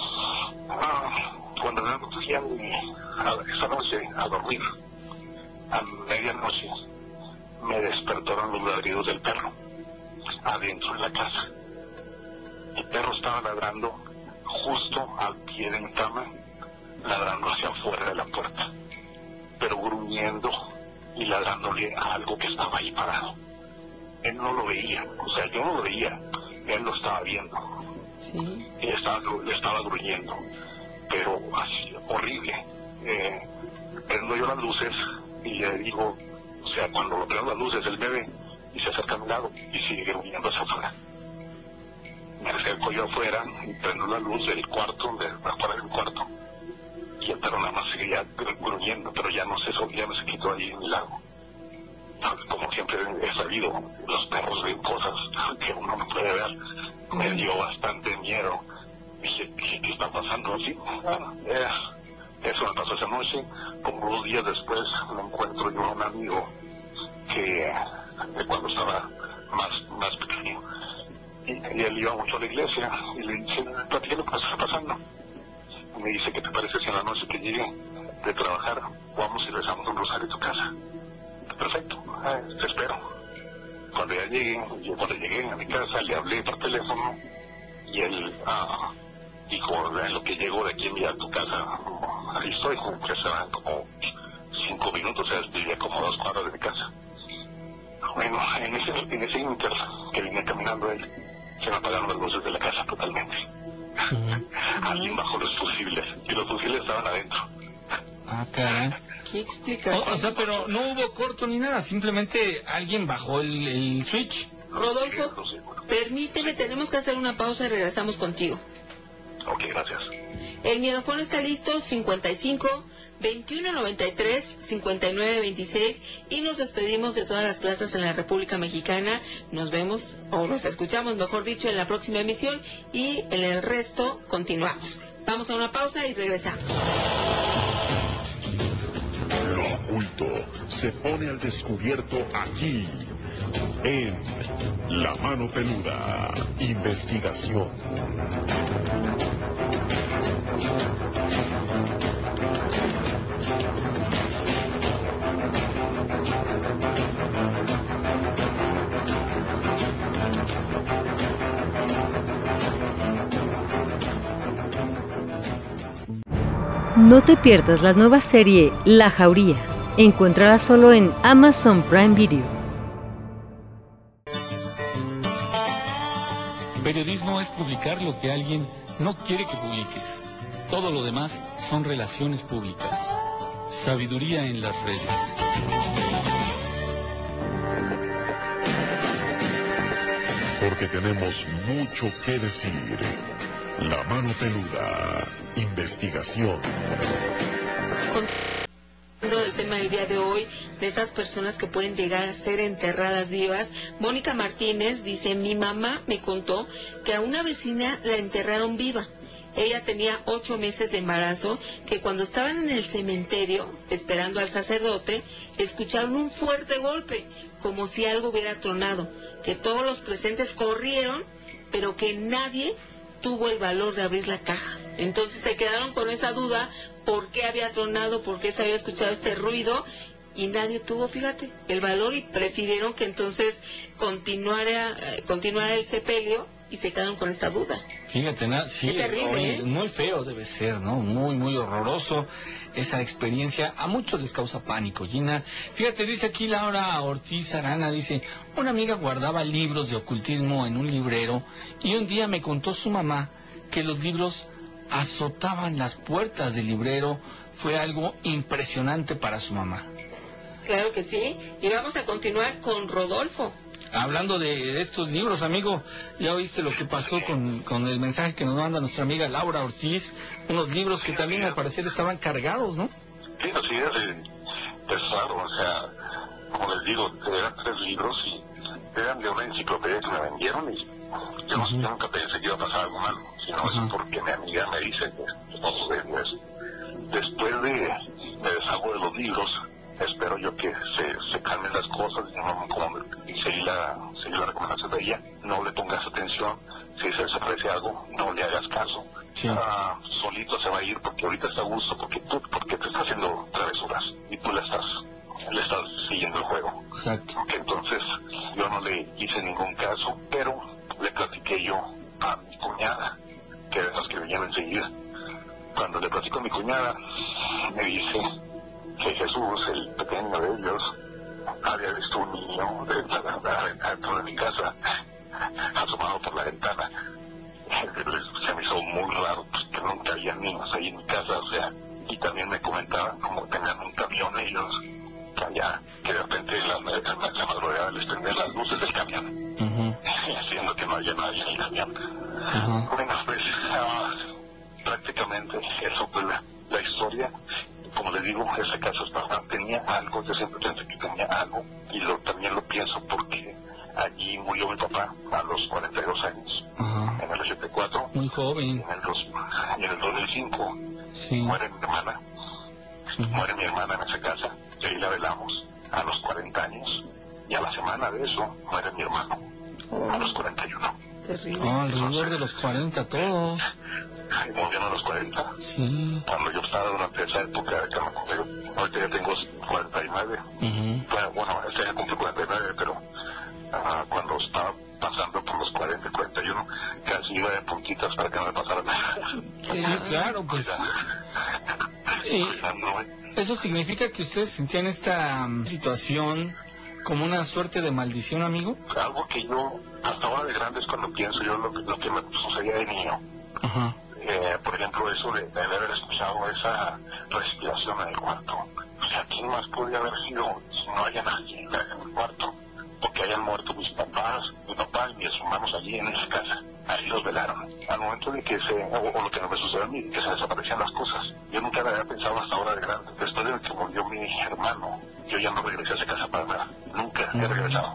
Cuando me fui esa noche a dormir, a medianoche, me despertaron los ladridos del perro adentro de la casa. El perro estaba ladrando justo al pie de mi cama ladrando hacia afuera de la puerta, pero gruñendo y ladrándole a algo que estaba ahí parado. Él no lo veía, o sea, yo no lo veía, él lo estaba viendo. Sí. Y le estaba gruñendo, pero así, horrible. Prendo yo las luces y le digo, o sea, cuando lo prendo las luces, él me ve y se acerca a mi lado y sigue gruñendo hacia afuera. Me acerco yo afuera y prendo la luz del cuarto, afuera del cuarto, pero nada más seguía gruñendo, pero ya no se quitó ahí en mi lado. Como siempre he sabido, los perros ven cosas que uno no puede ver. Me dio bastante miedo. Dije, ¿qué está pasando? Sí, eso me pasó esa noche. Como 2 días después me encuentro yo a un amigo que cuando estaba más pequeño. Y él iba mucho a la iglesia y le dije, platícame lo que está pasando. Y me dice, ¿qué te parece si en la noche que llegue de trabajar vamos y rezamos un rosario en tu casa? Perfecto, te espero. Cuando llegué a mi casa le hablé por teléfono y él dijo, en lo que llego de aquí a tu casa, ahí estoy, que serán como 5 minutos, o sea, vivía como 2 cuadras de mi casa. Bueno, en ese inter que vine caminando él, se me apagaron las luces de la casa totalmente. Alguien bajó los fusibles y los fusibles estaban adentro. Ah, caray. ¿Qué explicación? O sea, pero no hubo corto ni nada, simplemente alguien bajó el switch. Rodolfo, permíteme, tenemos que hacer una pausa y regresamos contigo. Ok, gracias. El miedofón está listo, 55 21 93 59 26, y nos despedimos de todas las plazas en la República Mexicana. Nos vemos, o nos escuchamos, mejor dicho, en la próxima emisión, y en el resto continuamos. Vamos a una pausa y regresamos. Lo oculto se pone al descubierto aquí, en La Mano Peluda, investigación. No te pierdas la nueva serie La Jauría. Encuéntrala solo en Amazon Prime Video. Periodismo es publicar lo que alguien no quiere que publiques. Todo lo demás son relaciones públicas. Sabiduría en las redes. Porque tenemos mucho que decir. La Mano Peluda, investigación. El tema del día de hoy, de estas personas que pueden llegar a ser enterradas vivas. Mónica Martínez dice, mi mamá me contó que a una vecina la enterraron viva. Ella tenía 8 meses de embarazo, que cuando estaban en el cementerio, esperando al sacerdote, escucharon un fuerte golpe, como si algo hubiera tronado, que todos los presentes corrieron, pero que nadie tuvo el valor de abrir la caja. Entonces se quedaron con esa duda, por qué había tronado, por qué se había escuchado este ruido, y nadie tuvo, fíjate, el valor, y prefirieron que entonces continuara el sepelio, y se quedaron con esta duda. Fíjate, sí, qué terrible, oye, muy feo debe ser, ¿no? Muy, muy horroroso esa experiencia. A muchos les causa pánico, Gina. Fíjate, dice aquí Laura Ortiz Arana, dice, una amiga guardaba libros de ocultismo en un librero y un día me contó su mamá que los libros azotaban las puertas del librero. Fue algo impresionante para su mamá. Claro que sí, y vamos a continuar con Rodolfo. Hablando de estos libros, amigo, ya oíste lo que pasó con el mensaje que nos manda nuestra amiga Laura Ortiz, unos libros que también al parecer estaban cargados, ¿no? Sí, así es, pesado, o sea, como les digo, eran 3 libros y eran de una enciclopedia que me vendieron, y yo nunca pensé que iba a pasar algo malo, sino es porque mi amiga me dice que todos de eso. Después de me deshago de los libros, espero yo que se calmen las cosas, como seguí la recomendación de ella, no le pongas atención, si se desaparece algo, no le hagas caso, sí. Solito se va a ir, porque ahorita está a gusto, porque te está haciendo travesuras, y tú le estás siguiendo el juego. Exacto. Entonces, yo no le hice ningún caso, pero le platiqué yo a mi cuñada, que eran las que venían enseguida. cuando le platico a mi cuñada, me dice que Jesús, el pequeño de ellos, había visto un niño dentro de mi casa, asomado por la ventana. Se me hizo muy raro, pues, que nunca había niños ahí en mi casa, o sea, y también me comentaban como tenían un camión ellos, que de repente en la madrugada les prendían las luces del camión, haciendo que no haya nadie en el camión. Bueno, pues prácticamente eso fue la historia. Como les digo, ese caso tenía algo, yo siempre pensé que tenía algo, y también lo pienso porque allí murió mi papá a los 42 años, en el 84. Muy joven. Y en el 2005 muere mi hermana. Muere mi hermana en esa casa, y ahí la velamos a los 40 años, y a la semana de eso muere mi hermano, a los 41. Alrededor de los 40 todos. Murieron a los 40. Sí. Cuando yo estaba durante esa época, ahorita ya tengo 49. Bueno, este ya cumplí 49, pero cuando estaba pasando por los 40 y 41, casi iba de puntitas para que no me pasara nada. Sí, claro, pues. ¿Eso significa que ustedes sentían esta situación como una suerte de maldición, amigo? Algo que yo, hasta ahora de grande, es cuando pienso yo lo que me sucedía de niño. Por ejemplo, eso de haber escuchado esa respiración en el cuarto. O sea, ¿quién más podría haber sido si no haya nadie en el cuarto? Porque hayan muerto mi papá y mis hermanos allí en esa casa. Ahí los velaron. Al momento de que o lo que no me sucedió a mí, que se desaparecían las cosas. Yo nunca lo había pensado hasta ahora de grande. Después de que murió mi hermano, yo ya no regresé a esa casa para nada. Nunca he regresado.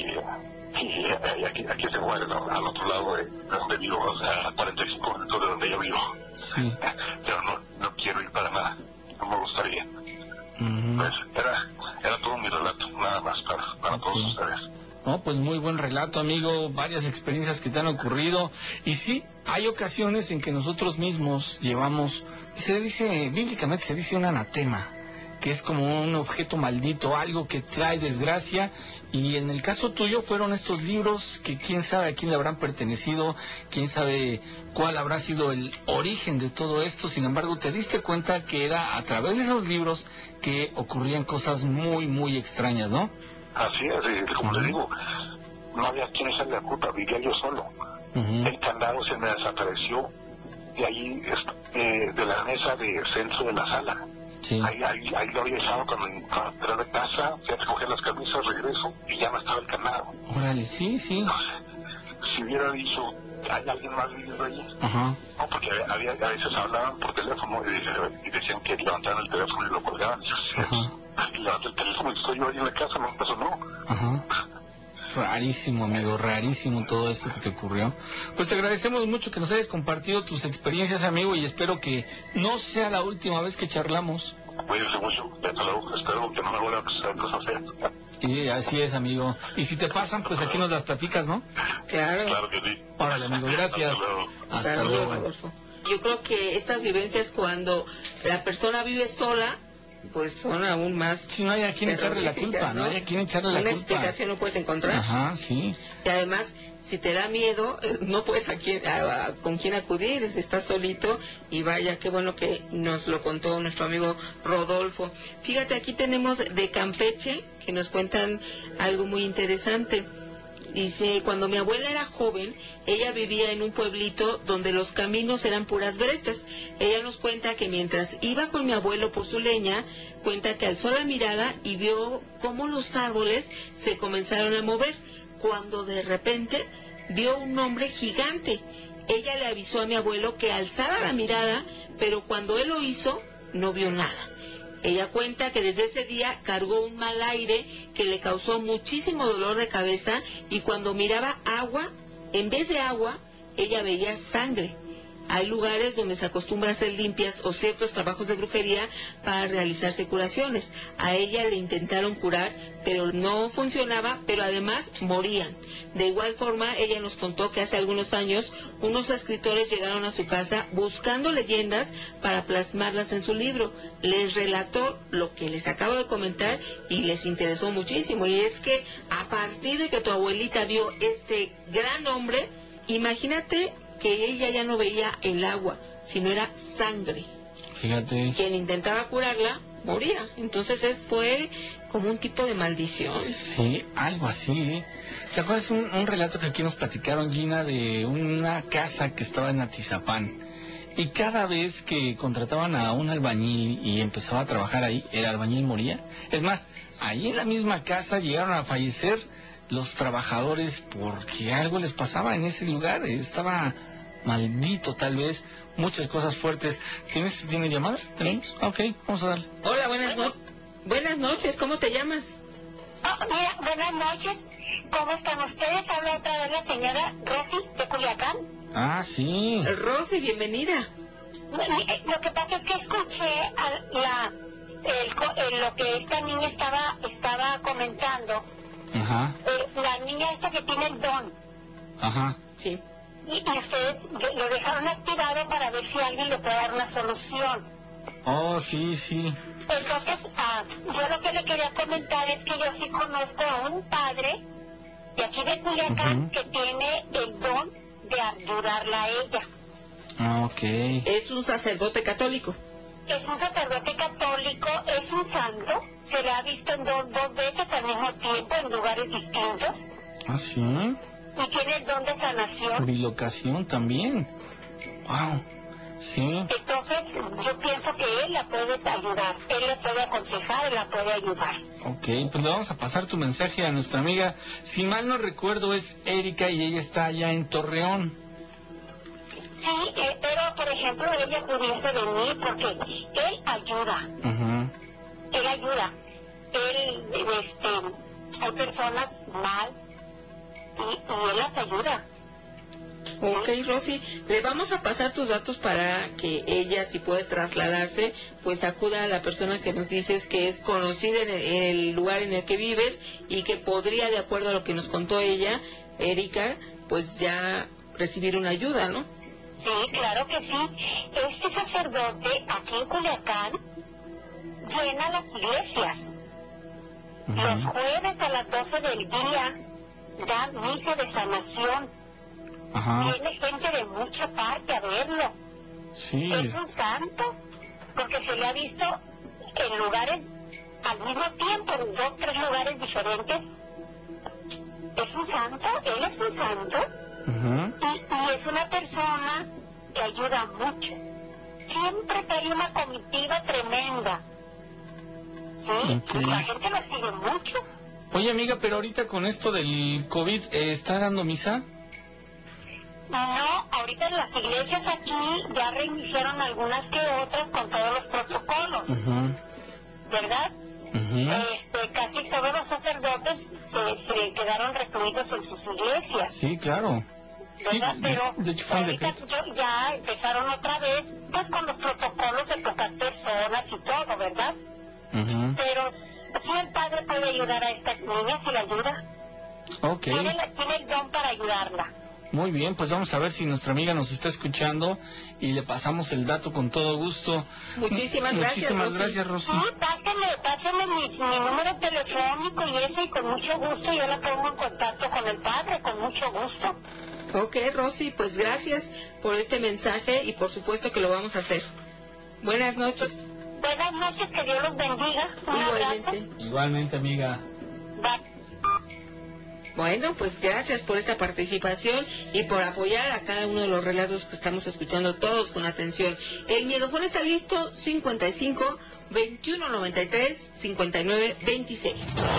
Y aquí se muere, ¿no? Al otro lado de donde vivo, o sea, a 45 minutos de donde yo vivo. Sí. Pero no quiero ir para nada. No me gustaría. Pues era todo mi relato, nada más para todos ustedes. No, pues muy buen relato, amigo, varias experiencias que te han ocurrido. Y sí, hay ocasiones en que nosotros mismos llevamos, bíblicamente se dice un anatema, que es como un objeto maldito, algo que trae desgracia, y en el caso tuyo fueron estos libros que quién sabe a quién le habrán pertenecido, quién sabe cuál habrá sido el origen de todo esto. Sin embargo, te diste cuenta que era a través de esos libros que ocurrían cosas muy, muy extrañas, ¿no? Así es, como les digo, no había quien echarle la culpa, vivía yo solo. El candado se me desapareció de ahí, de la mesa de centro de la sala. Sí. Ahí lo había echado cuando entré de casa, fui a recoger las camisas, regreso, y ya no estaba el candado. Órale, sí. Entonces, si hubiera dicho, ¿hay alguien más viviendo allí? No, porque a veces hablaban por teléfono y decían que levantaban el teléfono y lo colgaban. Y yo levanté el teléfono y estoy yo ahí en la casa, no pasó, no. Rarísimo, amigo, rarísimo todo esto que te ocurrió. Pues te agradecemos mucho que nos hayas compartido tus experiencias, amigo, y espero que no sea la última vez que charlamos. Cuídense mucho, espero que no me vuelva a pasar cosas feas. Y así es, amigo. Y si te pasan, pues aquí nos las platicas, ¿no? Claro que sí. Órale, amigo, gracias. Hasta luego. Adolfo. Yo creo que estas vivencias, cuando la persona vive sola, pues son aún más... Si no hay a quien echarle la culpa, no hay a quien echarle la culpa. Una explicación no puedes encontrar. Sí. Y además, si te da miedo, no puedes con quién acudir, estás solito, y vaya, qué bueno que nos lo contó nuestro amigo Rodolfo. Fíjate, aquí tenemos de Campeche, que nos cuentan algo muy interesante. Dice, cuando mi abuela era joven, ella vivía en un pueblito donde los caminos eran puras brechas. Ella nos cuenta que mientras iba con mi abuelo por su leña, cuenta que alzó la mirada y vio cómo los árboles se comenzaron a mover, cuando de repente vio un hombre gigante. Ella le avisó a mi abuelo que alzara la mirada, pero cuando él lo hizo, no vio nada. Ella cuenta que desde ese día cargó un mal aire que le causó muchísimo dolor de cabeza, y cuando miraba agua, en vez de agua, ella veía sangre. Hay lugares donde se acostumbra a hacer limpias o ciertos trabajos de brujería para realizarse curaciones. A ella le intentaron curar, pero no funcionaba, pero además morían. De igual forma, ella nos contó que hace algunos años unos escritores llegaron a su casa buscando leyendas para plasmarlas en su libro. Les relató lo que les acabo de comentar y les interesó muchísimo. Y es que a partir de que tu abuelita vio este gran hombre, imagínate que ella ya no veía el agua, sino era sangre. Fíjate. Quien intentaba curarla moría. Entonces fue como un tipo de maldición. Sí, algo así, ¿eh? ¿Te acuerdas un relato que aquí nos platicaron, Gina, de una casa que estaba en Atizapán? Y cada vez que contrataban a un albañil y empezaba a trabajar ahí, el albañil moría. Es más, ahí en la misma casa llegaron a fallecer los trabajadores porque algo les pasaba en ese lugar. Estaba maldito, tal vez. Muchas cosas fuertes. ¿Tienes llamada? ¿Tenemos? Ok, vamos a darle. Hola, buenas noches. ¿Cómo te llamas? Oh, mira, buenas noches. ¿Cómo están ustedes? Habla otra vez la señora Rosy de Culiacán. Ah, sí. Rosy, bienvenida. Lo que pasa es que escuché lo que esta niña estaba comentando. Ajá. La niña esta que tiene el don. Ajá. Sí. Y ustedes lo dejaron activado para ver si alguien le puede dar una solución. Oh, sí, sí. Entonces, yo lo que le quería comentar es que yo sí conozco a un padre de aquí de Culiacán que tiene el don de ayudarla a ella. Ah, ok. Es un sacerdote católico. Es un sacerdote católico, es un santo, se le ha visto en dos veces al mismo tiempo en lugares distintos. Ah, sí. Y tiene el don de sanación. Bilocación también. Wow. Sí. Entonces, yo pienso que él la puede ayudar, él la puede aconsejar, él la puede ayudar. Ok, pues le vamos a pasar tu mensaje a nuestra amiga. Si mal no recuerdo es Erika y ella está allá en Torreón. Sí, pero por ejemplo ella pudiese venir porque él ayuda. Él ayuda. Hay personas mal y él las ayuda. Ok, Rosy, le vamos a pasar tus datos para que ella, si puede trasladarse, pues acuda a la persona que nos dices que es conocida en el lugar en el que vives y que podría, de acuerdo a lo que nos contó ella, Erika, pues ya recibir una ayuda, ¿no? Sí, claro que sí. Este sacerdote aquí en Culiacán llena las iglesias. Los jueves a las 12 del día da misa de sanación. Viene gente de mucha parte a verlo. Sí. Es un santo, porque se le ha visto en lugares al mismo tiempo, en 2, 3 lugares diferentes. Es un santo, él es un santo. Y es una persona que ayuda mucho. Siempre trae una comitiva tremenda. Sí, la gente lo sigue mucho. Oye, amiga, pero ahorita con esto del COVID, ¿está dando misa? No, ahorita en las iglesias aquí ya reiniciaron algunas que otras con todos los protocolos, ¿verdad? Casi todos los sacerdotes se quedaron recluidos en sus iglesias. Sí, claro. ¿Verdad? Sí, pero de hecho, ahorita ya empezaron otra vez, pues con los protocolos de pocas personas y todo, ¿verdad? Pero sí el padre puede ayudar a esta niña si la ayuda. Ok. Tiene el don para ayudarla. Muy bien, pues vamos a ver si nuestra amiga nos está escuchando y le pasamos el dato con todo gusto. Muchísimas gracias, Rosy. Sí, pásenme mi número telefónico y eso, y con mucho gusto yo la pongo en contacto con el padre, con mucho gusto. Ok, Rosy, pues gracias por este mensaje y por supuesto que lo vamos a hacer. Buenas noches. Buenas noches, que Dios los bendiga. Un abrazo. Igualmente, amiga. Bye. Bueno, pues gracias por esta participación y por apoyar a cada uno de los relatos que estamos escuchando todos con atención. El Miedofón está listo, 55 21 93 59 26.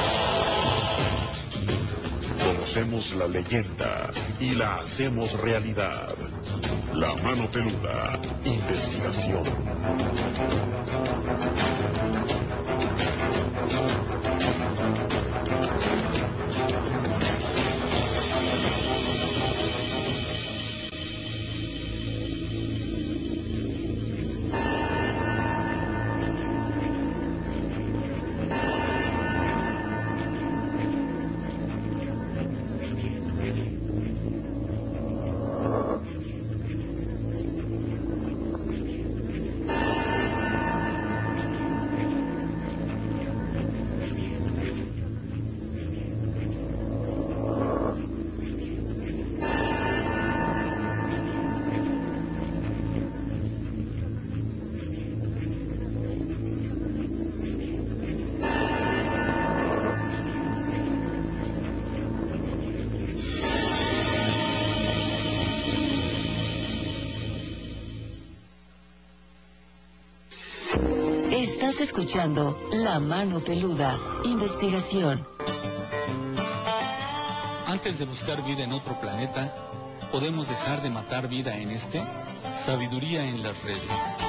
Conocemos la leyenda y la hacemos realidad. La Mano Peluda, investigación. escuchando La Mano Peluda, investigación. Antes de buscar vida en otro planeta, ¿podemos dejar de matar vida en este? Sabiduría en las redes.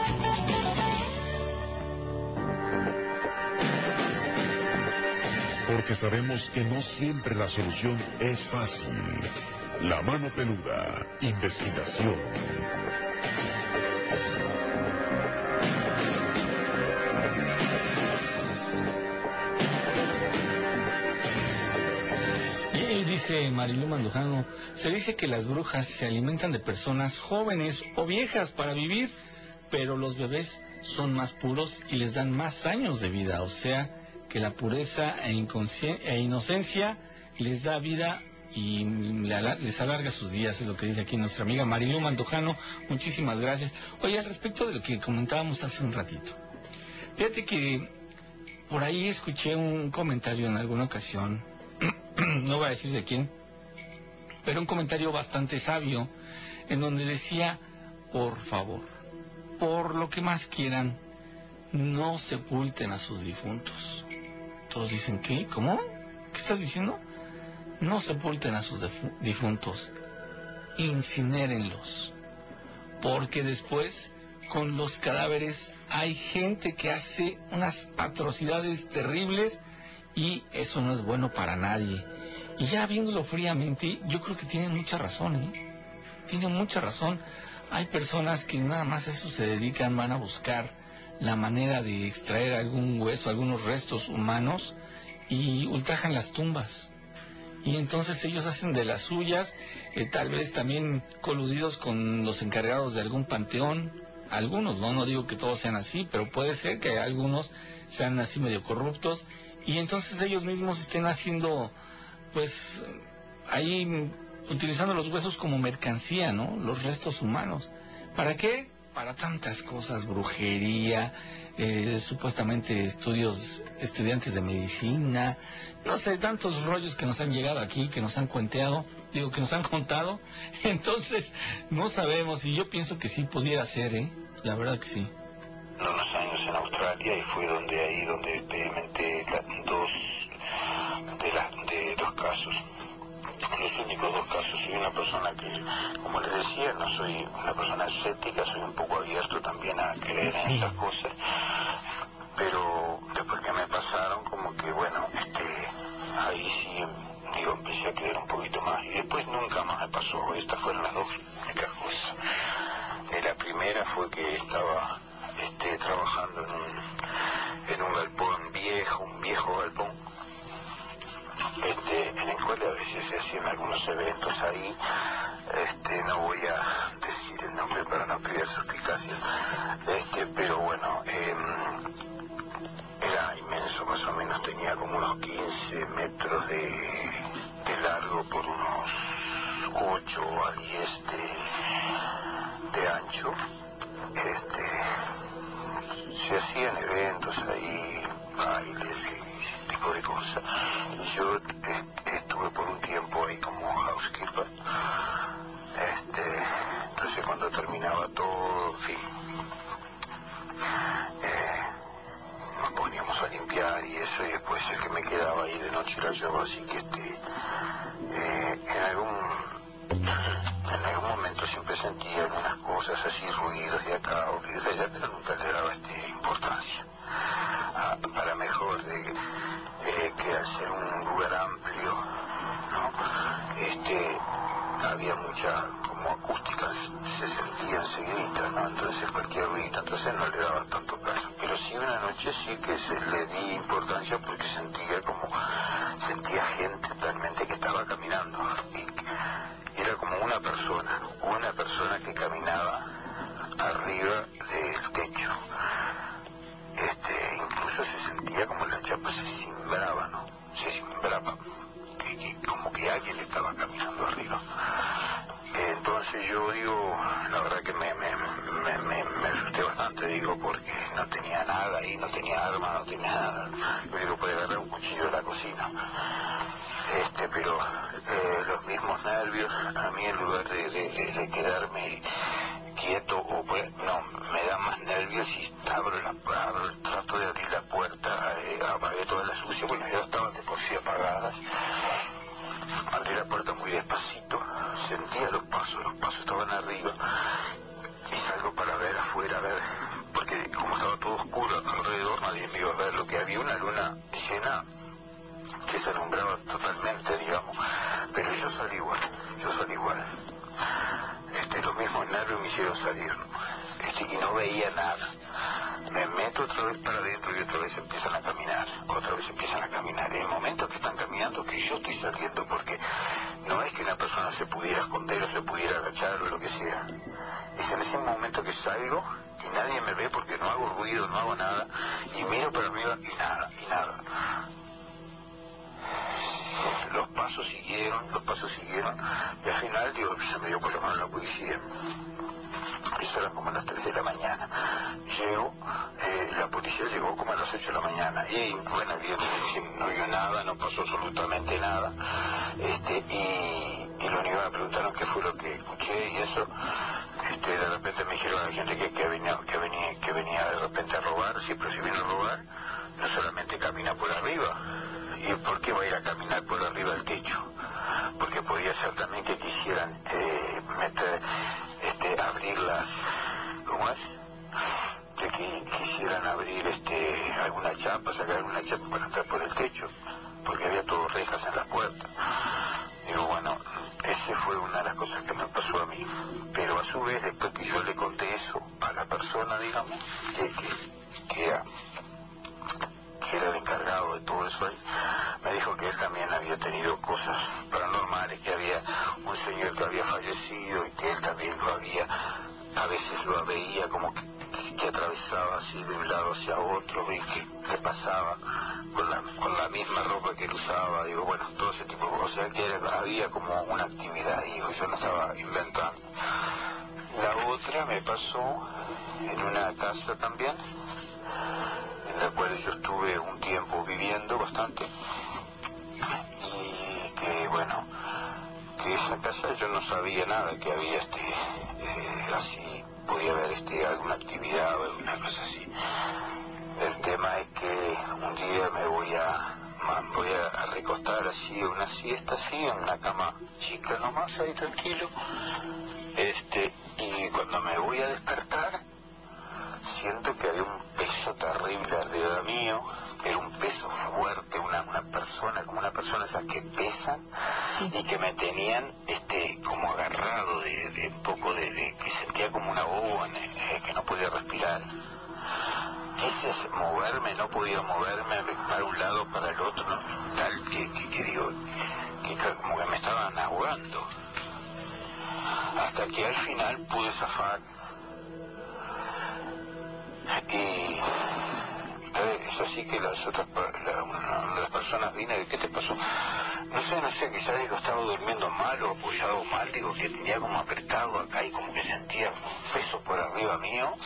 Porque sabemos que no siempre la solución es fácil. La Mano Peluda, investigación. Y dice Marilu Mandujano, se dice que las brujas se alimentan de personas jóvenes o viejas para vivir, pero los bebés son más puros y les dan más años de vida, o sea que la pureza e inocencia les da vida y les alarga sus días, es lo que dice aquí nuestra amiga Marilu Mandujano. Muchísimas gracias. Oye, al respecto de lo que comentábamos hace un ratito, fíjate que por ahí escuché un comentario en alguna ocasión, no voy a decir de quién, pero un comentario bastante sabio, en donde decía, por favor, por lo que más quieran, no sepulten a sus difuntos. Todos dicen, ¿qué? ¿Cómo? ¿Qué estás diciendo? No sepulten a sus difuntos, incinérenlos, porque después con los cadáveres hay gente que hace unas atrocidades terribles y eso no es bueno para nadie. Y ya viéndolo fríamente, yo creo que tienen mucha razón, ¿eh? Tienen mucha razón. Hay personas que nada más a eso se dedican, van a buscar la manera de extraer algún hueso, algunos restos humanos y ultrajan las tumbas. Y entonces ellos hacen de las suyas, tal vez también coludidos con los encargados de algún panteón. Algunos, no digo que todos sean así, pero puede ser que algunos sean así medio corruptos. Y entonces ellos mismos estén haciendo, pues, ahí utilizando los huesos como mercancía, ¿no? Los restos humanos. ¿Para qué? Para tantas cosas, brujería, supuestamente estudiantes de medicina, no sé, tantos rollos que nos han llegado aquí, que nos han que nos han contado. Entonces, no sabemos, y yo pienso que sí pudiera ser, la verdad que sí. Unos años en Australia y fue donde experimenté dos casos. Los únicos dos casos. Soy una persona que, como les decía, no soy una persona escéptica, soy un poco abierto también a creer en esas cosas, pero después que me pasaron, como que bueno, ahí sí, digo, empecé a creer un poquito más, y después nunca más me pasó. Estas fueron las dos únicas cosas. La primera fue que estaba trabajando en un galpón viejo, un viejo galpón, en el cual a veces se hacían algunos eventos ahí, no voy a decir el nombre para no crear suspicacias, pero bueno, era inmenso, más o menos tenía como unos 15 metros de largo por unos 8 a 10 de ancho. Se hacían eventos ahí, bailes, ese tipo de cosas. Y yo estuve por un tiempo ahí como housekeeper. Entonces cuando terminaba todo, en fin, nos poníamos a limpiar y eso, y después el que me quedaba ahí de noche era yo, así que en algún momento siempre sentía algunas cosas así, ruidos de acá o ruidos de allá, pero nunca le daba importancia. Para mejor que al ser un lugar amplio, ¿no? Había mucha como acústica, se sentía enseguida, ¿no? Entonces cualquier ruido, entonces no le daba tanto caso. Pero sí una noche sí que le di importancia porque sentía gente realmente que estaba caminando. Y era como una persona que caminaba arriba del techo. Incluso se sentía como la chapa se cimbraba, ¿no? Se cimbraba, como que alguien estaba caminando arriba. Entonces yo digo, la verdad que me asusté bastante, digo, porque no tenía nada ahí, no tenía arma, no tenía nada. Lo único que podía agarrar un cuchillo de la cocina. Pero los mismos nervios, a mí en lugar de quedarme quieto o pues, no, me da más nervios y trato de abrir la puerta, apagué todas las luces, bueno, ya estaban de por sí apagadas, abrí la puerta muy despacito, sentía los pasos estaban arriba, y salgo para ver afuera, a ver, porque como estaba todo oscuro alrededor, nadie me iba a ver, lo que había una luna llena que se alumbraba totalmente, digamos, pero yo salí igual. Los mismos nervios me hicieron salir, y no veía nada. Me meto otra vez para adentro y otra vez empiezan a caminar. En el momento que están caminando, que yo estoy saliendo, porque no es que una persona se pudiera esconder o se pudiera agachar o lo que sea. Es en ese momento que salgo y nadie me ve porque no hago ruido, no hago nada, y miro para arriba y nada. Los pasos siguieron, y al final, se me dio por llamar a la policía. Eso era como a las 3 de la mañana. La policía llegó como a las 8 de la mañana, y bueno, evidentemente no vio nada, no pasó absolutamente nada, y lo único que me preguntaron qué fue lo que escuché, y eso, de repente me dijeron a la gente que venía de repente a robar, sí, pero si viene a robar, no solamente camina por arriba. ¿Y por qué va a ir a caminar por arriba del techo? Porque podía ser también que quisieran abrir las... ¿Cómo es? De que quisieran abrir alguna chapa, sacar alguna chapa para entrar por el techo, porque había todo rejas en las puertas. Digo, bueno, esa fue una de las cosas que me pasó a mí. Pero a su vez, después que yo le conté eso a la persona, digamos, que era el encargado de todo eso ahí, me dijo que él también había tenido cosas paranormales, que había un señor que había fallecido y que él también a veces lo veía como que atravesaba así de un lado hacia otro y que pasaba con la misma ropa que él usaba, digo, bueno, todo ese tipo de cosas, o sea que había como una actividad, digo, yo no estaba inventando. La otra me pasó en una casa también, en la cual yo estuve un tiempo viviendo bastante, y que bueno, que esa casa yo no sabía nada, que había así, podía haber alguna actividad o alguna cosa así. El tema es que un día me voy a recostar así, una siesta así, en una cama chica nomás, ahí tranquilo, y cuando me voy a despertar, siento que había un peso terrible arriba mío, era un peso fuerte, una persona, como una persona esas que pesan y que me tenían como agarrado de un poco de que sentía como una boba, que no podía respirar. Quise moverme, no podía moverme para un lado, para el otro, no, tal que digo, que como que me estaban ahogando. Hasta que al final pude zafar. Y es así que una de las personas vino y ¿qué te pasó? No sé, quizás digo, estaba durmiendo mal o apoyado mal, digo, que tenía como apretado acá y como que sentía un peso por arriba mío,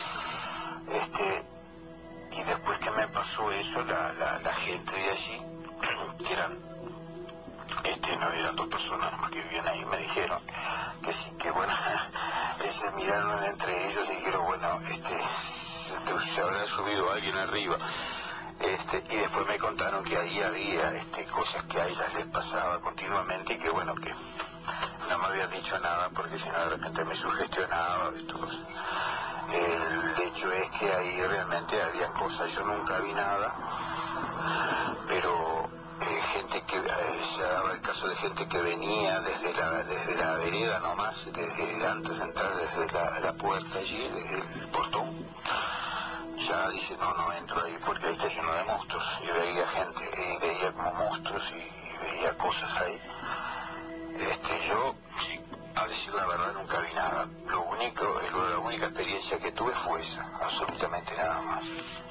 y después que me pasó eso, la gente de allí, que eran, no eran dos personas nomás que vivían ahí, me dijeron que sí, que bueno, se miraron entre ellos y dijeron, bueno, se habrá subido alguien arriba, y después me contaron que ahí había cosas que a ellas les pasaba continuamente y que bueno, que no me habían dicho nada porque si no de repente me sugestionaba, el hecho es que ahí realmente habían cosas, yo nunca vi nada, pero gente que se daba el caso de gente que venía desde la vereda nomás, desde antes de entrar desde la puerta allí, desde el portón, ya dice, no entro ahí porque ahí está lleno de monstruos, y veía gente, y veía como monstruos y veía cosas ahí. Yo, a decir la verdad, nunca vi nada. La única experiencia que tuve fue esa, absolutamente nada más.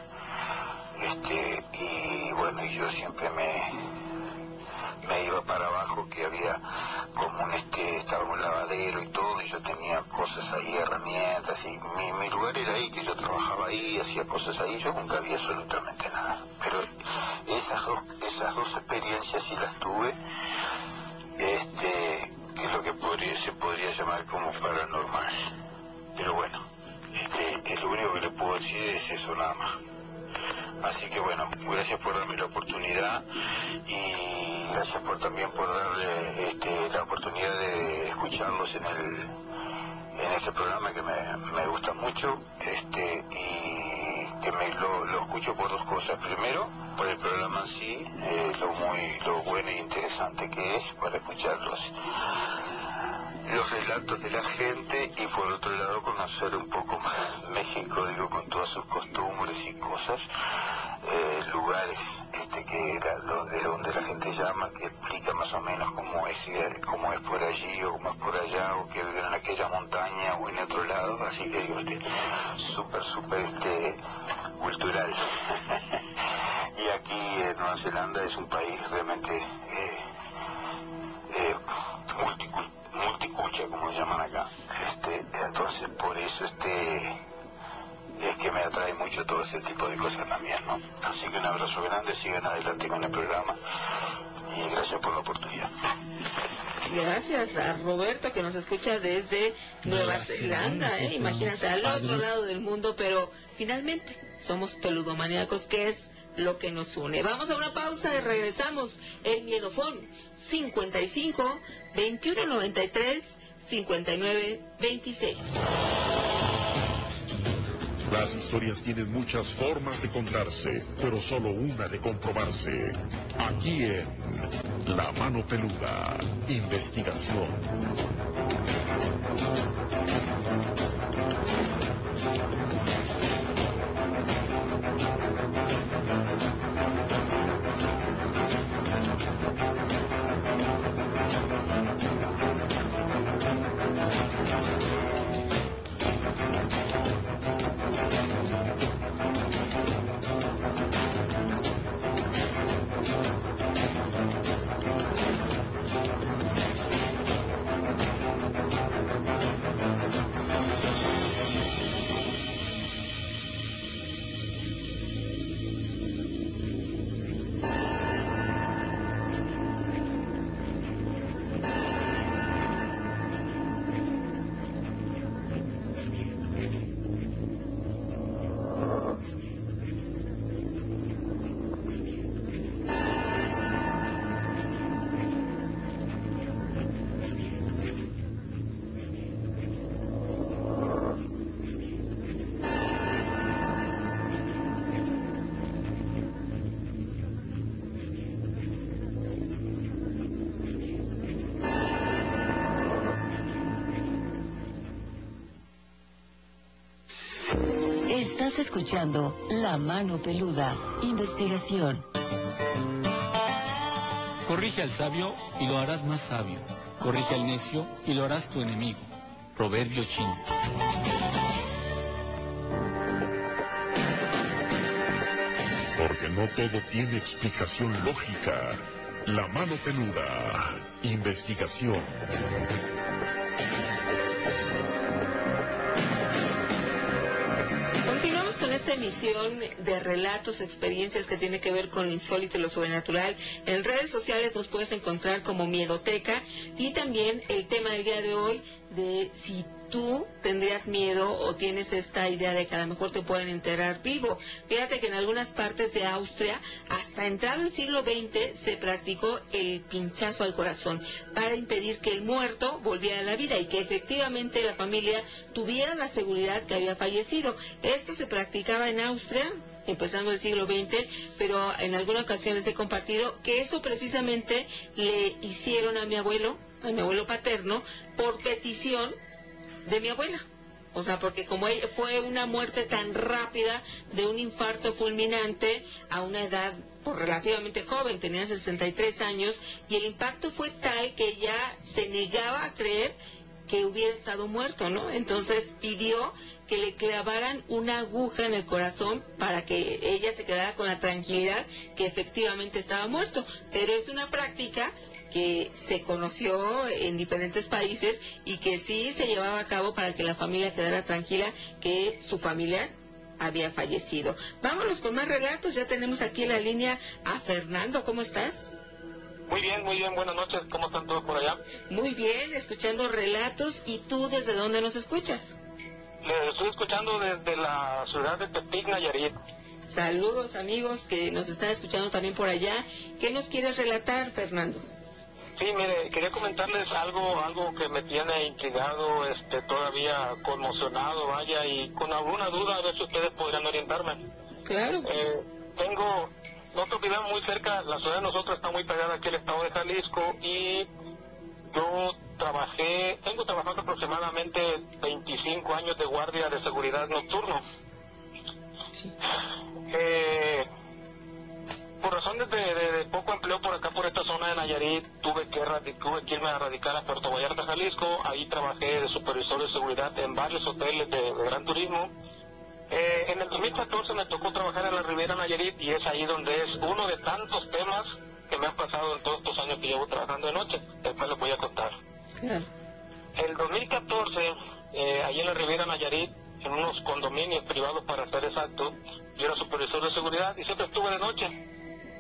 Y bueno, y yo siempre me iba para abajo, que había como estaba un lavadero y todo, y yo tenía cosas ahí, herramientas, y mi lugar era ahí, que yo trabajaba ahí, hacía cosas ahí, yo nunca vi absolutamente nada. Pero esas dos experiencias sí las tuve, que es lo que se podría llamar como paranormal. pero bueno, lo único que le puedo decir es eso nada más. Así que bueno, gracias por darme la oportunidad y gracias también por darle la oportunidad de escucharlos en este programa que me gusta mucho, y que lo escucho por dos cosas. Primero, por el programa en sí, lo bueno e interesante que es para escuchar los relatos de la gente, y por otro lado conocer un poco más México, digo, con todas sus costumbres y cosas, lugares donde la gente llama, que explica más o menos cómo es por allí o cómo es por allá, o que viven en aquella montaña o en otro lado. Así que digo, súper cultural. Y aquí en Nueva Zelanda es un país realmente multiculcha, como llaman acá. Entonces por eso es que me atrae mucho todo ese tipo de cosas también, ¿no? Así que un abrazo grande, sigan adelante con el programa y gracias por la oportunidad. Gracias a Roberto, que nos escucha desde Nueva Zelanda, imagínate, al otro lado del mundo, pero finalmente somos peludomaníacos, que es lo que nos une. Vamos a una pausa y regresamos. El Miedofón 55 21 93 59 26. Las historias tienen muchas formas de contarse, pero solo una de comprobarse. Aquí en La Mano Peluda, investigación. Estás escuchando La Mano Peluda, investigación. Corrige al sabio y lo harás más sabio. Corrige al necio y lo harás tu enemigo. Proverbio chino. Porque no todo tiene explicación lógica. La Mano Peluda, investigación. Continuamos con esta emisión de relatos, experiencias que tiene que ver con lo insólito y lo sobrenatural. En redes sociales nos puedes encontrar como Miedoteca, y también el tema del día de hoy de si tú tendrías miedo o tienes esta idea de que a lo mejor te pueden enterrar vivo. Fíjate que en algunas partes de Austria, hasta entrado el siglo XX, se practicó el pinchazo al corazón para impedir que el muerto volviera a la vida y que efectivamente la familia tuviera la seguridad que había fallecido. Esto se practicaba en Austria empezando el siglo XX, pero en alguna ocasión les he compartido que eso precisamente le hicieron a mi abuelo paterno, por petición de mi abuela. O sea, porque como fue una muerte tan rápida de un infarto fulminante a una edad relativamente joven, tenía 63 años, y el impacto fue tal que ella se negaba a creer que hubiera estado muerto, ¿no? Entonces pidió que le clavaran una aguja en el corazón para que ella se quedara con la tranquilidad que efectivamente estaba muerto. Pero es una práctica que se conoció en diferentes países y que sí se llevaba a cabo para que la familia quedara tranquila que su familiar había fallecido. Vámonos con más relatos. Ya tenemos aquí en la línea a Fernando. ¿Cómo estás? Muy bien, buenas noches. ¿Cómo están todos por allá? Muy bien, escuchando relatos. ¿Y tú desde dónde nos escuchas? Le estoy escuchando desde la ciudad de Tepic, Nayarit. Saludos amigos que nos están escuchando también por allá. ¿Qué nos quieres relatar, Fernando? Sí, mire, quería comentarles algo que me tiene intrigado, todavía conmocionado, vaya, y con alguna duda, a ver si ustedes podrían orientarme. Claro. Nosotros vivimos muy cerca, la ciudad de nosotros está muy pegada aquí al estado de Jalisco, y yo tengo trabajando aproximadamente 25 años de guardia de seguridad nocturno. Sí. Por razones de poco empleo por acá, por esta zona de Nayarit, tuve que irme a radicar a Puerto Vallarta, Jalisco. Ahí trabajé de supervisor de seguridad en varios hoteles de gran turismo. En el 2014 me tocó trabajar en la Riviera Nayarit, y es ahí donde es uno de tantos temas que me han pasado en todos estos años que llevo trabajando de noche. Después les voy a contar. Claro. El 2014, ahí en la Riviera Nayarit, en unos condominios privados para ser exacto, yo era supervisor de seguridad y siempre estuve de noche.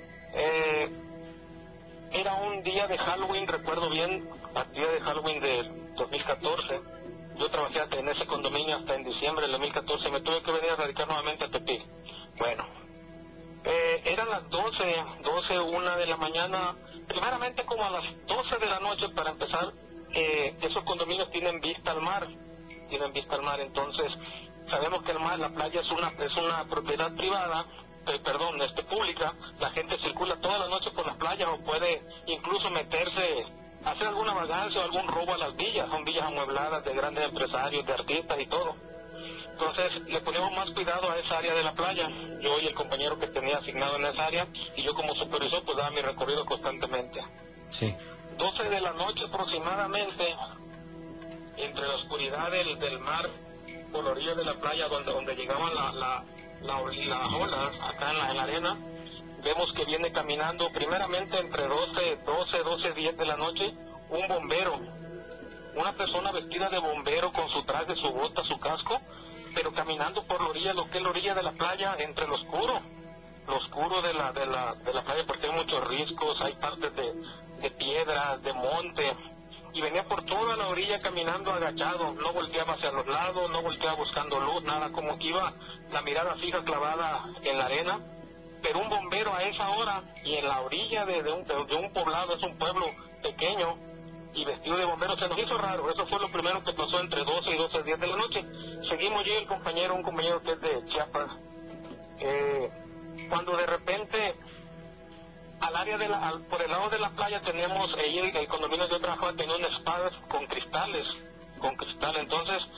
Era un día de Halloween, recuerdo bien, el día de Halloween del 2014. Yo trabajé en ese condominio hasta en diciembre del 2014 y me tuve que venir a radicar nuevamente a Tepic. Bueno, eran las 1 de la mañana, primeramente como a las 12 de la noche para empezar. Esos condominios tienen vista al mar, entonces sabemos que el mar, la playa es una propiedad privada, pública. La gente circula toda la noche por las playas o puede incluso meterse, hacer alguna vagancia o algún robo a las villas. Son villas amuebladas de grandes empresarios, de artistas y todo. Entonces le ponemos más cuidado a esa área de la playa, yo y el compañero que tenía asignado en esa área, y yo como supervisor pues daba mi recorrido constantemente. Sí. 12 de la noche aproximadamente, entre la oscuridad del mar, por la orilla de la playa donde llegaban las olas acá en la arena, vemos que viene caminando primeramente entre 12:10 de la noche, un bombero, una persona vestida de bombero con su traje, su bota, su casco, pero caminando por la orilla, lo que es la orilla de la playa, entre lo oscuro de la playa, porque hay muchos riscos, hay partes de piedras, de monte, y venía por toda la orilla caminando agachado, no volteaba hacia los lados, no volteaba buscando luz, nada, como que iba la mirada fija clavada en la arena. Pero un bombero a esa hora y en la orilla de un poblado, es un pueblo pequeño, y vestido de bombero, se nos hizo raro. Eso fue lo primero que pasó entre 12 y 12:10 de la noche. Seguimos yo y un compañero que es de Chiapas, cuando de repente al área por el lado de la playa tenemos, ahí el condominio de yo trabajaba tenía un spa con cristales, entonces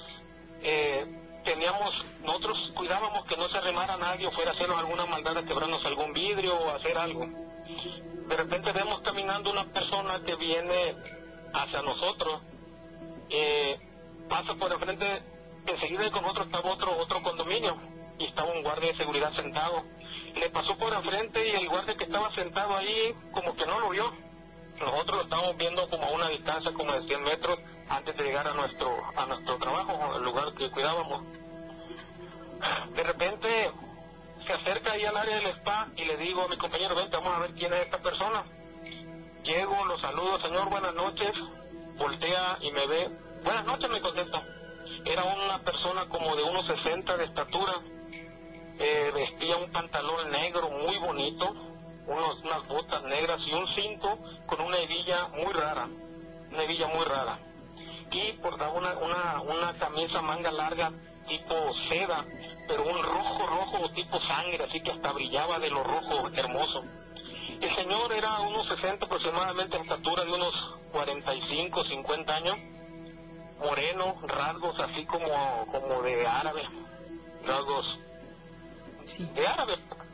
nosotros cuidábamos que no se arrimara nadie o fuera a hacernos alguna maldad, a quebrarnos algún vidrio o hacer algo. De repente vemos caminando una persona que viene hacia nosotros, pasa por enfrente, enseguida con nosotros estaba otro condominio y estaba un guardia de seguridad sentado. Le pasó por enfrente y el guardia que estaba sentado ahí como que no lo vio. Nosotros lo estábamos viendo como a una distancia como de 100 metros antes de llegar a nuestro trabajo, el lugar que cuidábamos. De repente se acerca ahí al área del spa y le digo a mi compañero, vente, vamos a ver quién es esta persona. Llego, lo saludo, señor, buenas noches. Voltea y me ve. Buenas noches, me contesta. Era una persona como de 1.60 de estatura. Vestía un pantalón negro muy bonito, unas botas negras y un cinto con una hebilla muy rara. Y portaba una camisa manga larga tipo seda, pero un rojo tipo sangre, así que hasta brillaba de lo rojo, hermoso. El señor era unos 60 aproximadamente, en estatura de unos 45, 50 años, moreno, rasgos así como de árabe, rasgos de árabe.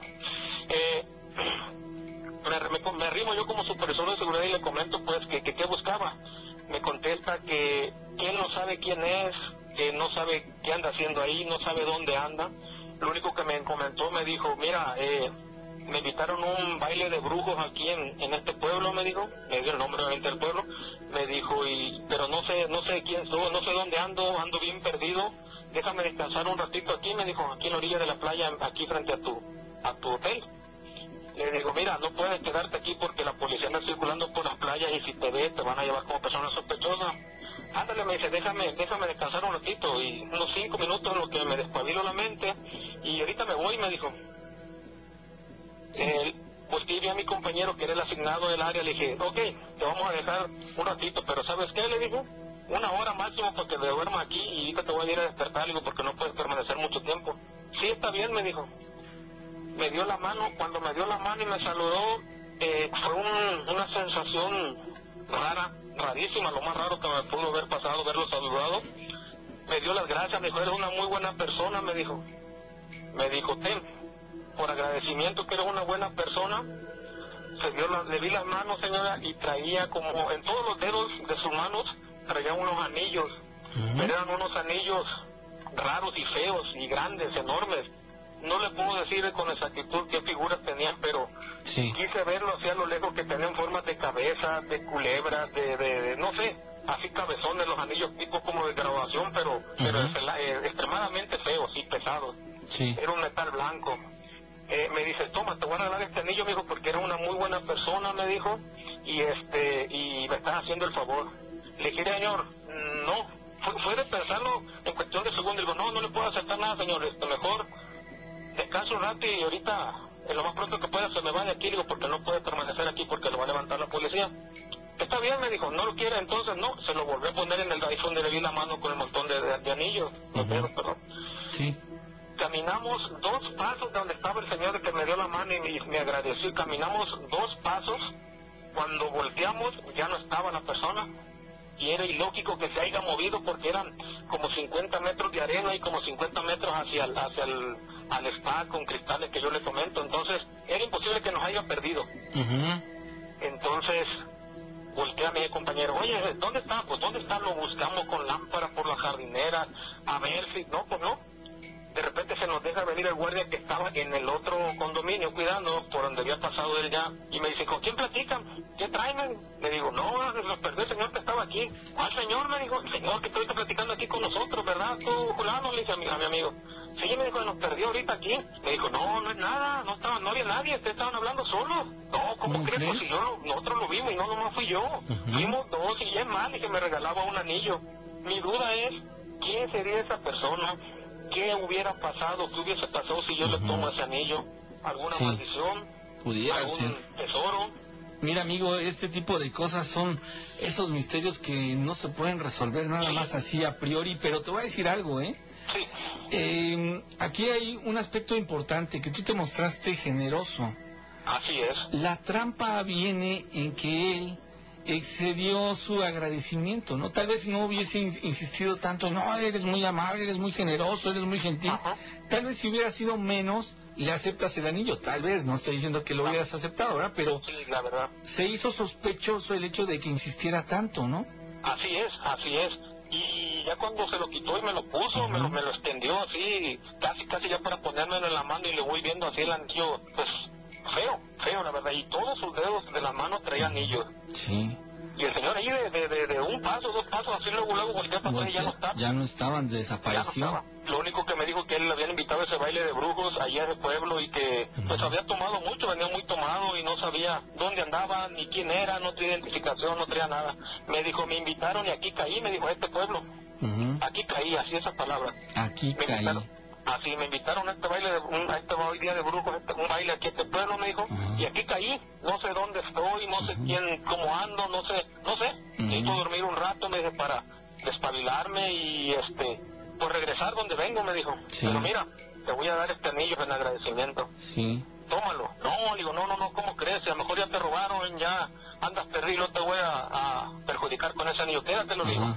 Me arrimo yo como supervisor de seguridad y le comento pues que qué buscaba. Me contesta que él no sabe quién es, que no sabe qué anda haciendo ahí, no sabe dónde anda. Lo único que me comentó, me dijo, mira, me invitaron a un baile de brujos aquí en este pueblo, me dijo, me dio el nombre obviamente del pueblo, me dijo, pero no sé quién soy, no sé dónde ando bien perdido, déjame descansar un ratito aquí, me dijo, aquí en la orilla de la playa, aquí frente a tu hotel. Le digo, mira, no puedes quedarte aquí porque la policía anda circulando por las playas y si te ve te van a llevar como persona sospechosa. ándale, me dice, déjame descansar un ratito, y unos 5 minutos en los que me despabilo la mente, y ahorita me voy, me dijo. Volteé y vi a mi compañero que era el asignado del área, le dije, ok, te vamos a dejar un ratito, pero ¿sabes qué? Le dijo, 1 hora máximo para que te duermas aquí y ahorita te voy a ir a despertar, le digo, porque no puedes permanecer mucho tiempo. Sí, está bien, me dijo. Me dio la mano, cuando me dio la mano y me saludó, fue una sensación rarísima, lo más raro que me pudo haber pasado, verlo saludado. Me dio las gracias, me dijo, eres una muy buena persona, me dijo. Me dijo, ten, por agradecimiento que eres una buena persona. Le vi las manos, señora, y traía como en todos los dedos de sus manos, traía unos anillos, pero eran unos anillos raros y feos y grandes, enormes. No le puedo decir con exactitud qué figuras tenían, pero quise verlo así a lo lejos, que tenían formas de cabeza, de culebras, de no sé, así cabezones, los anillos tipo como de graduación, pero extremadamente feos y pesados. Era un metal blanco. Me dice, toma, te voy a regalar este anillo, me dijo, porque eres una muy buena persona, me dijo, y me estás haciendo el favor. Le dije, señor, no, fue de pensarlo en cuestión de segundos. Digo, no le puedo aceptar nada, señor, mejor descanso un rato y ahorita, en lo más pronto que pueda, se me va de aquí, digo, porque no puede permanecer aquí porque lo va a levantar la policía. Está bien, me dijo, no lo quiere, entonces no, se lo volvió a poner en el iPhone, le vi la mano con el montón de anillos, los dedos, perdón. Caminamos 2 pasos de donde estaba el señor que me dio la mano y me agradeció, y caminamos 2 pasos, cuando volteamos ya no estaba la persona, y era ilógico que se haya movido porque eran como 50 metros de arena y como 50 metros hacia el spa con cristales que yo le comento, entonces era imposible que nos haya perdido. Entonces volteé a mi compañero, oye, ¿dónde está? Pues ¿dónde está? Lo buscamos con lámpara por la jardinera, a ver si, no, pues no. De repente se nos deja venir el guardia que estaba en el otro condominio cuidando, por donde había pasado él ya, y me dice, ¿con quién platican? ¿Qué traen? Le digo, no, los perdió el señor que estaba aquí. ¿Cuál señor? Me dijo, el señor que estoy platicando aquí con nosotros, ¿verdad? Tú, fulano, le dije a mi amigo. Sí, me dijo, nos perdió ahorita aquí. Me dijo, no es nada, no había nadie, ustedes estaban hablando solos. No, ¿cómo crees? Pues si nosotros lo vimos y no nomás fui yo. Fuimos 2 y es más, y que me regalaba un anillo. Mi duda es, ¿quién sería esa persona? ¿Qué hubiera pasado? ¿Qué hubiese pasado si yo le tomo ese anillo? ¿Alguna maldición? Pudiera ¿Algún ser tesoro? Mira, amigo, este tipo de cosas son esos misterios que no se pueden resolver nada más así a priori, pero te voy a decir algo, aquí hay un aspecto importante, que tú te mostraste generoso. Así es. La trampa viene en que él excedió su agradecimiento, ¿no? Tal vez si no hubiese insistido tanto, no, eres muy amable, eres muy generoso, eres muy gentil, tal vez si hubiera sido menos, le aceptas el anillo, tal vez, no estoy diciendo que lo hubieras aceptado, ¿verdad? Pero la verdad, se hizo sospechoso el hecho de que insistiera tanto, ¿no? Así es. Y ya cuando se lo quitó y me lo puso, me lo extendió así, casi ya para ponérmelo en la mano, y le voy viendo así el anillo, pues feo la verdad, y todos sus dedos de la mano traían anillos. Sí. Y el señor ahí de 1 paso, 2 pasos, así luego volteé para atrás y ya no está. Ya no estaban, desapareció. Ya no estaba. Lo único que me dijo que él le habían invitado a ese baile de brujos allá en el pueblo, y que pues había tomado mucho, venía muy tomado y no sabía dónde andaba, ni quién era, no traía identificación, no traía nada. Me dijo, me invitaron y aquí caí, me dijo, a este pueblo. Aquí caí, así esas palabras. Aquí caí. Así, me invitaron a este baile, a este día de brujos, un baile aquí a este pueblo, me dijo, y aquí caí, no sé dónde estoy, no sé cómo ando, no sé, necesito dormir un rato, me dijo, para despabilarme y pues regresar donde vengo, me dijo, pero mira, te voy a dar este anillo en agradecimiento. Tómalo. No, digo, no, ¿cómo crees? A lo mejor ya te robaron, ya andas perdido, no te voy a perjudicar con ese anillo, quédatelo, digo.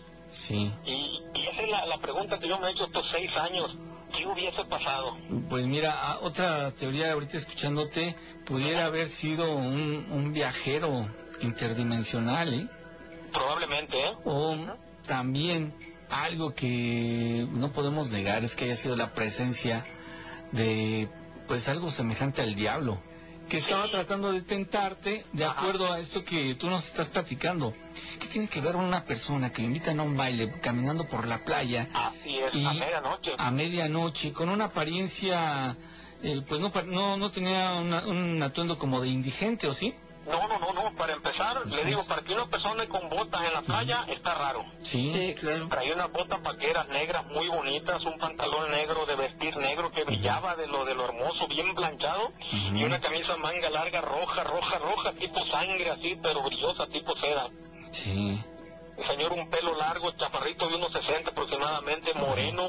Y esa es la pregunta que yo me he hecho estos 6 años. ¿Qué hubiese pasado? Pues mira, otra teoría ahorita escuchándote, pudiera haber sido un viajero interdimensional, Probablemente, O también algo que no podemos negar es que haya sido la presencia de, pues, algo semejante al diablo, que estaba tratando de tentarte de acuerdo a esto que tú nos estás platicando. ¿Qué tiene que ver una persona que lo invitan a un baile caminando por la playa? Así es, y a medianoche. A medianoche, con una apariencia, pues no tenía un atuendo como de indigente, ¿o sí? No, para empezar empezar, le digo, para que una persona con botas en la playa está raro. Sí, claro. Traía unas botas vaqueras negras muy bonitas, un pantalón negro de vestir negro que brillaba de lo hermoso, bien planchado, y una camisa manga larga roja, tipo sangre así, pero brillosa, tipo seda. Sí. El señor un pelo largo, chaparrito de unos 60 aproximadamente, moreno,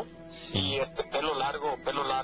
y pelo largo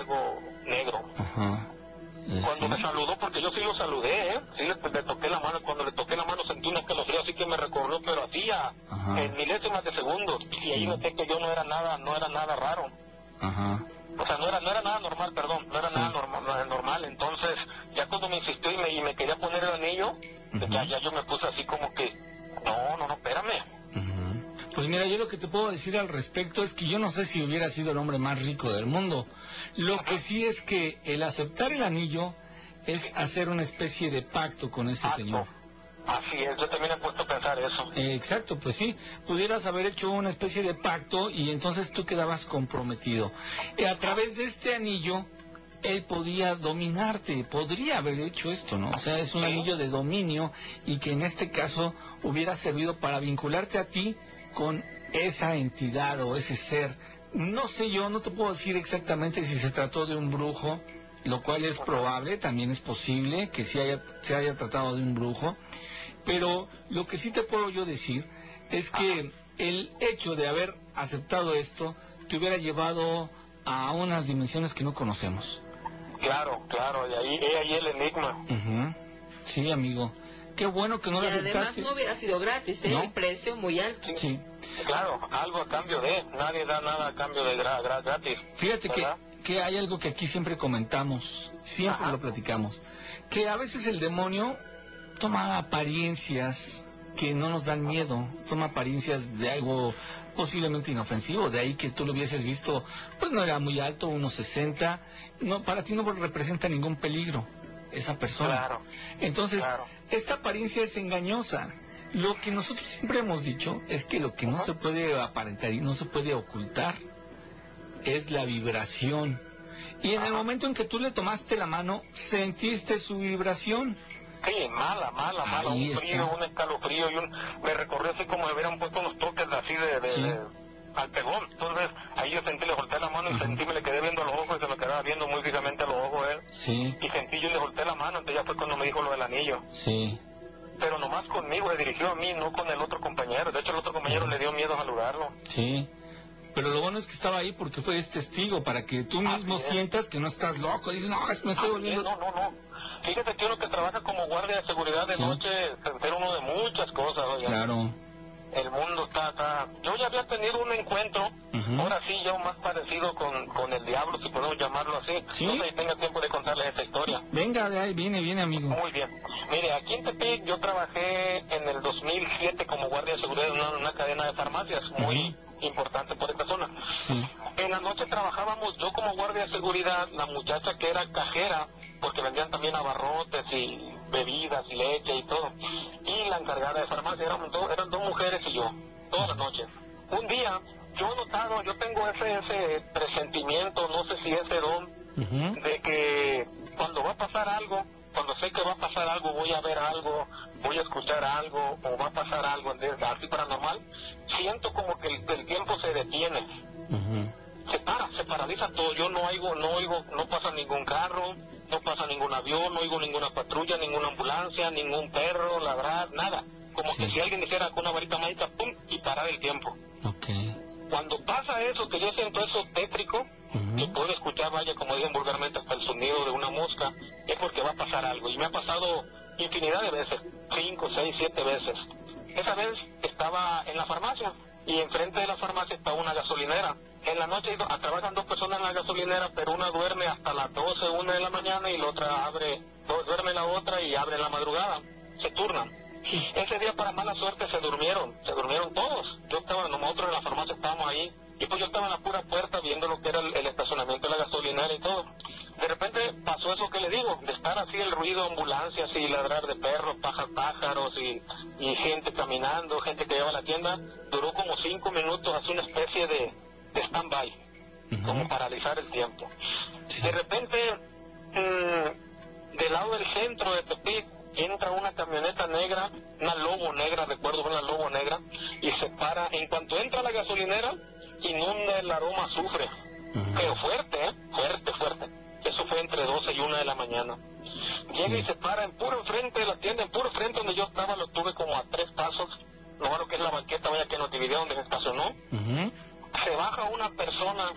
negro. Ajá. Cuando me saludó, porque yo sí lo saludé, sí le toqué la mano, cuando le toqué la mano sentí un escalofrío, así que me recorrió, pero hacía en milésimas de segundos, y ahí noté que yo no era nada raro. Ajá. O sea, no era nada normal, perdón, no era nada normal, entonces, ya cuando me insistió y me quería poner el anillo, ya yo me puse así como que, no, espérame. Pues mira, yo lo que te puedo decir al respecto es que yo no sé si hubiera sido el hombre más rico del mundo. Lo que sí es que el aceptar el anillo es hacer una especie de pacto con ese señor. Así es, yo también he puesto a pensar eso. Exacto, pues sí, pudieras haber hecho una especie de pacto y entonces tú quedabas comprometido. A través de este anillo, él podía dominarte, podría haber hecho esto, ¿no? O sea, es un anillo de dominio y que en este caso hubiera servido para vincularte a ti con esa entidad o ese ser. No sé yo, no te puedo decir exactamente si se trató de un brujo, lo cual es probable, también es posible que se haya tratado de un brujo, pero lo que sí te puedo yo decir es que el hecho de haber aceptado esto te hubiera llevado a unas dimensiones que no conocemos. Claro, y ahí el enigma. Sí, amigo. Qué bueno que no y lo aceptaste. además no hubiera sido gratis, ¿eh? ¿No? El precio muy alto. Sí. Claro, algo a cambio de, nadie da nada a cambio de gratis. Fíjate que hay algo que aquí siempre comentamos, siempre lo platicamos, que a veces el demonio toma apariencias que no nos dan miedo, toma apariencias de algo posiblemente inofensivo, de ahí que tú lo hubieses visto, pues no era muy alto, unos 60, no, para ti no representa ningún peligro esa persona. Claro. Entonces, esta apariencia es engañosa. Lo que nosotros siempre hemos dicho es que lo que no se puede aparentar y no se puede ocultar es la vibración. Y en el momento en que tú le tomaste la mano, sentiste su vibración. Sí, mala, Ahí un frío, un escalofrío, me recorrió así como me hubieran puesto unos toques así de al pegón. Entonces ahí yo sentí, le volteé la mano y sentí, me le quedé viendo los ojos y se me quedaba viendo muy fijamente los ojos él. Sí. Y sentí, yo le volteé la mano, entonces ya fue cuando me dijo lo del anillo. Sí. Pero nomás conmigo, se dirigió a mí, no con el otro compañero. De hecho, el otro compañero le dio miedo saludarlo. Sí. Pero lo bueno es que estaba ahí porque fue testigo, para que tú mismo sientas que no estás loco. Dices, no, me estoy volviendo... No. Fíjate que uno que trabaja como guardia de seguridad de noche se entera uno de muchas cosas. Oiga. Claro. El mundo está... Yo ya había tenido un encuentro, ahora sí, ya más parecido con el diablo, si podemos llamarlo así. ¿Sí? No sé si tenga tiempo de contarles esta historia. Venga, de ahí, viene, amigo. Muy bien. Mire, aquí en Tepic yo trabajé en el 2007 como guardia de seguridad en una cadena de farmacias muy importante por esta zona. Sí. En la noche trabajábamos yo como guardia de seguridad, la muchacha que era cajera, porque vendían también abarrotes y bebidas y leche y todo, y la encargada de farmacia, eran dos mujeres y yo, todas las noches. Un día, yo he notado, yo tengo ese presentimiento, no sé si ese don, de que cuando va a pasar algo, cuando sé que va a pasar algo, voy a ver algo, voy a escuchar algo, o va a pasar algo así paranormal, siento como que el tiempo se detiene. Se paraliza todo. Yo no oigo, no pasa ningún carro, no pasa ningún avión, no oigo ninguna patrulla, ninguna ambulancia, ningún perro ladrar, nada. Como que si alguien dijera con una varita mágica, pum, y parar el tiempo. Cuando pasa eso, que yo siento eso tétrico, que puedo escuchar, vaya, como dicen vulgarmente, hasta el sonido de una mosca, es porque va a pasar algo. Y me ha pasado infinidad de veces, 5, 6, 7 veces. Esa vez estaba en la farmacia, y enfrente de la farmacia estaba una gasolinera. En la noche trabajan dos personas en la gasolinera, pero una duerme hasta las 12, 1 de la mañana, y la otra duerme la otra y abre en la madrugada. Se turnan. Ese día, para mala suerte, se durmieron todos. Nosotros en la farmacia estábamos ahí, y pues yo estaba en la pura puerta viendo lo que era el estacionamiento de la gasolinera y todo. De repente pasó eso que le digo, de estar así el ruido de ambulancias y ladrar de perros, pájaros y gente caminando, gente que lleva a la tienda. Duró como 5 minutos, así una especie de stand-by, como paralizar el tiempo. De repente, del lado del centro de Tepic, entra una camioneta negra, una Lobo negra, recuerdo una Lobo negra, y se para. En cuanto entra a la gasolinera, inunda el aroma a azufre, pero fuerte, fuerte, fuerte. Eso fue entre 12 y 1 de la mañana. Llega y se para en puro enfrente de la tienda, en puro frente donde yo estaba, lo tuve como a 3 pasos, no lo que es la banqueta, vaya que nos dividió donde se estacionó. Se baja una persona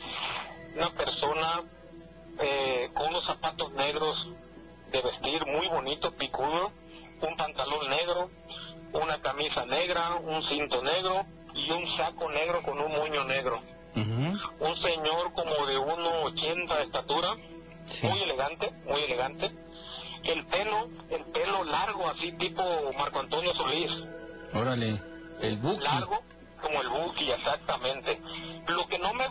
con unos zapatos negros de vestir muy bonito, picudo, un pantalón negro, una camisa negra, un cinto negro y un saco negro con un moño negro. Un señor como de 1.80 de estatura, muy elegante, muy elegante. El pelo largo, así tipo Marco Antonio Solís. Órale, el Buki. Largo, como el Buki, exactamente. Lo que no me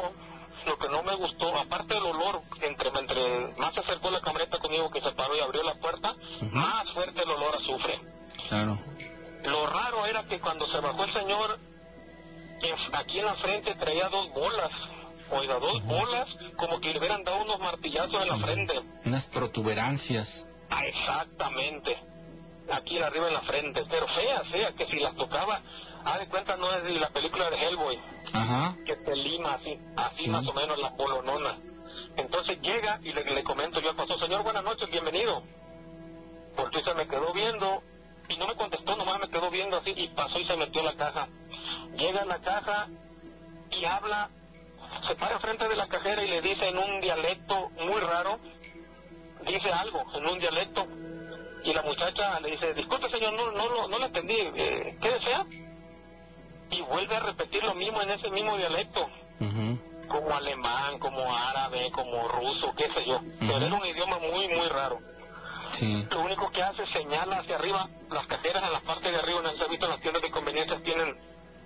gustó, aparte del olor, entre más se acercó la camioneta conmigo, que se paró y abrió la puerta, más fuerte el olor a azufre. Claro. Lo raro era que cuando se bajó el señor, aquí en la frente traía 2 bolas. Oiga, 2 bolas, como que le hubieran dado unos martillazos en la frente. Unas protuberancias. Ah, exactamente. Aquí arriba en la frente, pero fea, que si las tocaba, de cuenta no es de la película de Hellboy, que te lima así más o menos la bolonona. Entonces llega y le comento yo al pastor: señor, buenas noches, bienvenido. Porque se me quedó viendo y no me contestó, nomás me quedó viendo así y pasó y se metió a la caja. Llega a la caja y habla, se para frente de la cajera y le dice en un dialecto muy raro, dice algo en un dialecto, y la muchacha le dice: disculpe señor, no le entendí, ¿qué desea? Y vuelve a repetir lo mismo en ese mismo dialecto, como alemán, como árabe, como ruso, qué sé yo, pero era un idioma muy, muy raro. Lo único que hace es señala hacia arriba, las cajeras en la parte de arriba, no se ha visto, las tiendas de conveniencia tienen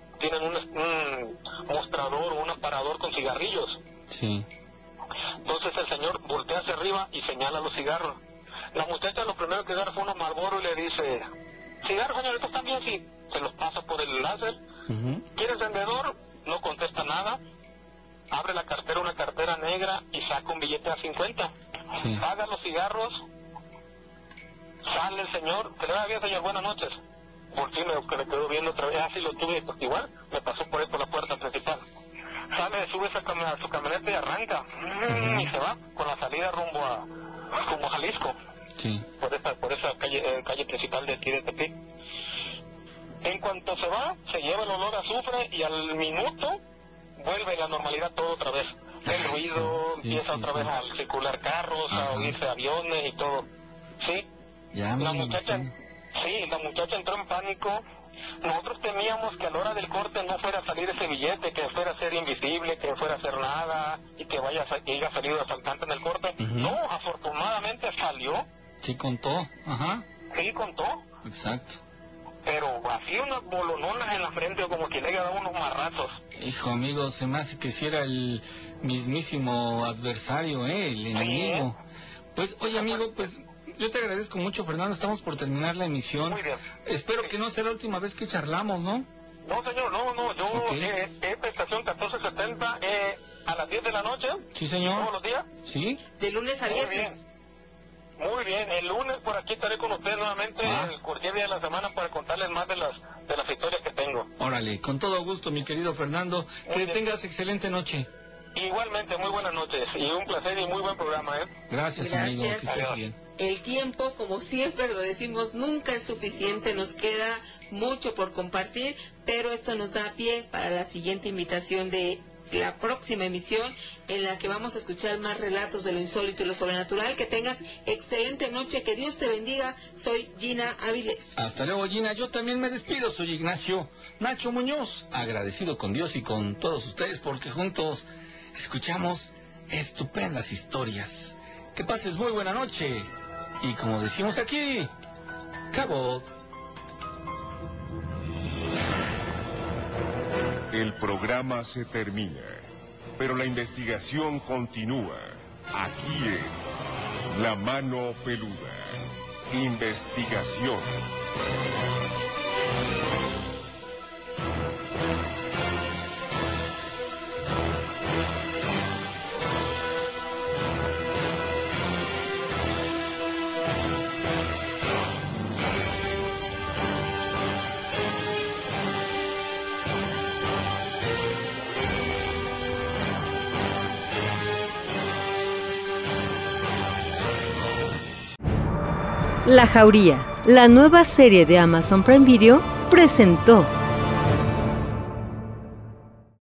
un mostrador o un aparador con cigarrillos. Entonces el señor voltea hacia arriba y señala los cigarros. La muchacha lo primero que agarra fue unos Marlboro y le dice: cigarros, señor, estos también, sí. Se los pasa por el láser. ¿Quieres vendedor? No contesta nada. Abre la cartera, una cartera negra, y saca un billete a 50. Paga los cigarros. Sale el señor: que le vaya bien, señor, buenas noches. Por fin me quedó viendo otra vez, así lo tuve, pues igual, me pasó por ahí por la puerta principal. Sale, sube a su camioneta y arranca, y se va con la salida rumbo a Jalisco, por esa calle principal de aquí de Tepic. En cuanto se va, se lleva el olor a azufre y al minuto vuelve la normalidad todo otra vez. El ruido, empieza otra vez a circular carros, a oírse aviones y todo. La muchacha entró en pánico. Nosotros temíamos que a la hora del corte no fuera a salir ese billete, que fuera a ser invisible, que no fuera a hacer nada y que haya salido asaltante en el corte. No, afortunadamente salió. Sí contó. Sí contó. Exacto. Pero así unas bolononas en la frente, o como que le haya dado unos marrazos. Hijo, amigo, se me hace que si era el mismísimo adversario, el enemigo. Pues, oye, amigo, pues yo te agradezco mucho, Fernando. Estamos por terminar la emisión. Muy bien. Espero que no sea la última vez que charlamos, ¿no? No, señor, no. Yo, esta estación 1470, a las 10 de la noche. Sí, señor. ¿Todos los días? Sí. De lunes a viernes. Muy bien, el lunes por aquí estaré con ustedes nuevamente, cualquier día de la semana, para contarles más de las historias que tengo. Órale, con todo gusto, mi querido Fernando. Que tengas excelente noche. Igualmente, muy buenas noches, y un placer y muy buen programa, Gracias. Amigo, que estés bien. El tiempo, como siempre lo decimos, nunca es suficiente, nos queda mucho por compartir, pero esto nos da pie para la siguiente invitación de la próxima emisión, en la que vamos a escuchar más relatos de lo insólito y lo sobrenatural. Que tengas excelente noche, que Dios te bendiga. Soy Gina Avilés. Hasta luego, Gina. Yo también me despido, soy Ignacio Nacho Muñoz, agradecido con Dios y con todos ustedes porque juntos escuchamos estupendas historias. Que pases muy buena noche y, como decimos aquí, cabot. El programa se termina, pero la investigación continúa. Aquí en La Mano Peluda. Investigación. La Jauría, la nueva serie de Amazon Prime Video, presentó